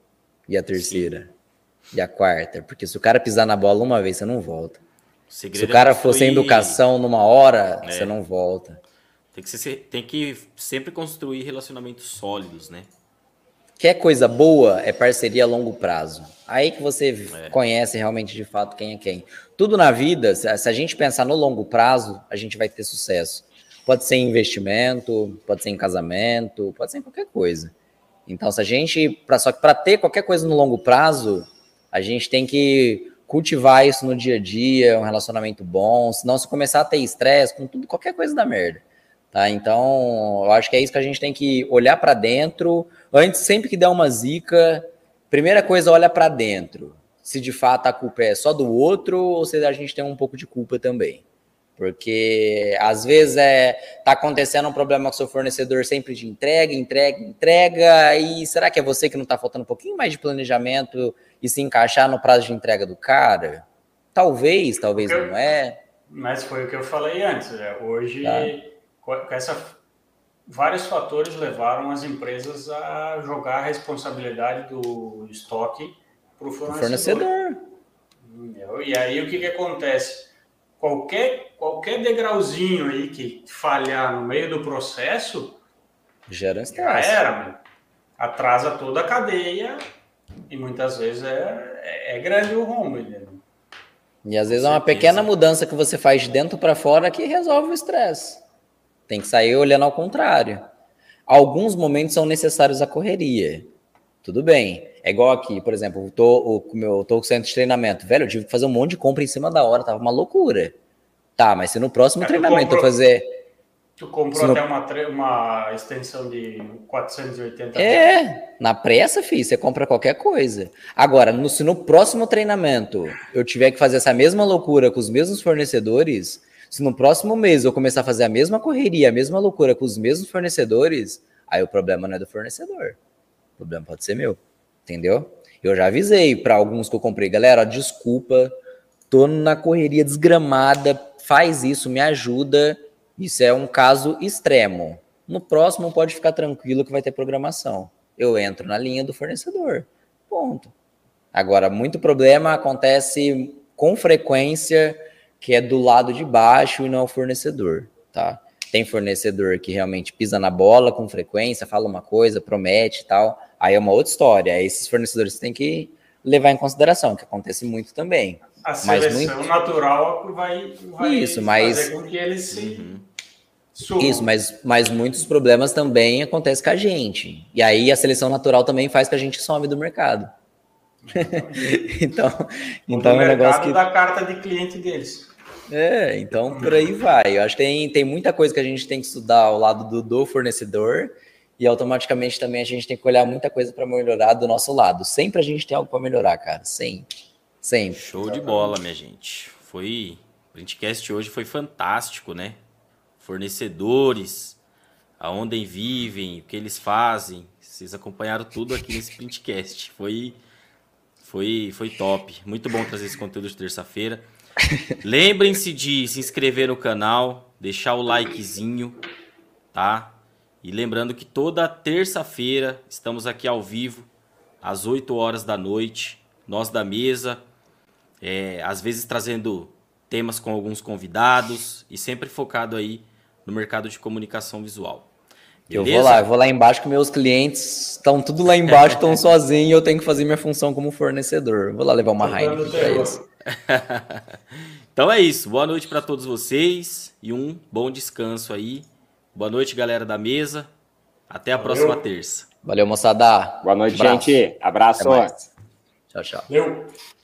E a terceira? Sim. E a quarta? Porque se o cara pisar na bola uma vez, você não volta. O se o cara for sem educação numa hora, é. você não volta. Tem que, ser, tem que sempre construir relacionamentos sólidos, né? Quer coisa boa é parceria a longo prazo. Aí que você é. conhece realmente de fato quem é quem. Tudo na vida, se a gente pensar no longo prazo, a gente vai ter sucesso. Pode ser em investimento, pode ser em casamento, pode ser em qualquer coisa. Então, se a gente... Pra, só que para ter qualquer coisa no longo prazo, a gente tem que cultivar isso no dia a dia, um relacionamento bom. Senão, se começar a ter estresse com tudo, qualquer coisa dá merda. Tá? Então, eu acho que é isso que a gente tem que olhar para dentro. Antes, sempre que der uma zica, primeira coisa, olha para dentro. Se de fato a culpa é só do outro ou se a gente tem um pouco de culpa também. Porque, às vezes, é, tá acontecendo um problema com o seu fornecedor sempre de entrega, entrega, entrega. E será que é você que não tá faltando um pouquinho mais de planejamento e se encaixar no prazo de entrega do cara? Talvez, talvez eu, não é. Mas foi o que eu falei antes. Né? Hoje... Tá. Com essa, vários fatores levaram as empresas a jogar a responsabilidade do estoque para o fornecedor. fornecedor. E aí o que, que acontece? Qualquer, qualquer degrauzinho aí que falhar no meio do processo gera já era, meu. Atrasa toda a cadeia e muitas vezes é, é grande o rombo, entendeu? E às vezes é uma pequena mudança que você faz de dentro para fora que resolve o estresse. Tem que sair olhando ao contrário. Alguns momentos são necessários a correria. Tudo bem. É igual aqui, por exemplo, eu tô, o meu, tô com o centro de treinamento. Velho, eu tive que fazer um monte de compra em cima da hora. Tava uma loucura. Tá, mas se no próximo é, treinamento comprou, eu fazer... Tu comprou até no... uma, uma extensão de quatrocentos e oitenta É, reais. Na pressa, filho, você compra qualquer coisa. Agora, no, se no próximo treinamento eu tiver que fazer essa mesma loucura com os mesmos fornecedores... Se no próximo mês eu começar a fazer a mesma correria, a mesma loucura com os mesmos fornecedores, aí o problema não é do fornecedor. O problema pode ser meu, entendeu? Eu já avisei para alguns que eu comprei. Galera, desculpa, tô na correria desgramada, faz isso, me ajuda. Isso é um caso extremo. No próximo pode ficar tranquilo que vai ter programação. Eu entro na linha do fornecedor. Ponto. Agora, muito problema acontece com frequência... que é do lado de baixo e não é o fornecedor, tá? Tem fornecedor que realmente pisa na bola com frequência, fala uma coisa, promete e tal. aí é uma outra história. Aí esses fornecedores têm que levar em consideração, que acontece muito também. A seleção mas muito... natural vai, vai Isso, mas... fazer com que eles se... Uhum. Isso, mas, mas muitos problemas também acontecem com a gente. E aí a seleção natural também faz que a gente some do mercado. então, então é um negócio que... da carta de cliente deles. É, então por aí vai. Eu acho que tem, tem muita coisa que a gente tem que estudar ao lado do, do fornecedor e automaticamente também a gente tem que olhar muita coisa para melhorar do nosso lado. Sempre a gente tem algo para melhorar, cara. Sempre. Sempre. Show de bola, minha gente. Foi... O Printcast hoje foi fantástico, né? Fornecedores, aonde vivem, o que eles fazem. Vocês acompanharam tudo aqui nesse Printcast. Foi, foi, foi top. Muito bom trazer esse conteúdo de terça-feira. Lembrem-se de se inscrever no canal, deixar o likezinho, tá? E lembrando que toda terça-feira estamos aqui ao vivo, às oito horas da noite. Nós da mesa, é, às vezes trazendo temas com alguns convidados e sempre focado aí no mercado de comunicação visual. Beleza? Eu vou lá, eu vou lá embaixo que meus clientes estão tudo lá embaixo, estão sozinhos e eu tenho que fazer minha função como fornecedor. Vou lá levar uma Heineken para eles. Então é isso. Boa noite para todos vocês e um bom descanso aí. Boa noite, galera da mesa. Até a Valeu. próxima terça. Valeu, moçada. Boa noite, Abraço. gente. Abraço. Tchau, tchau. Valeu.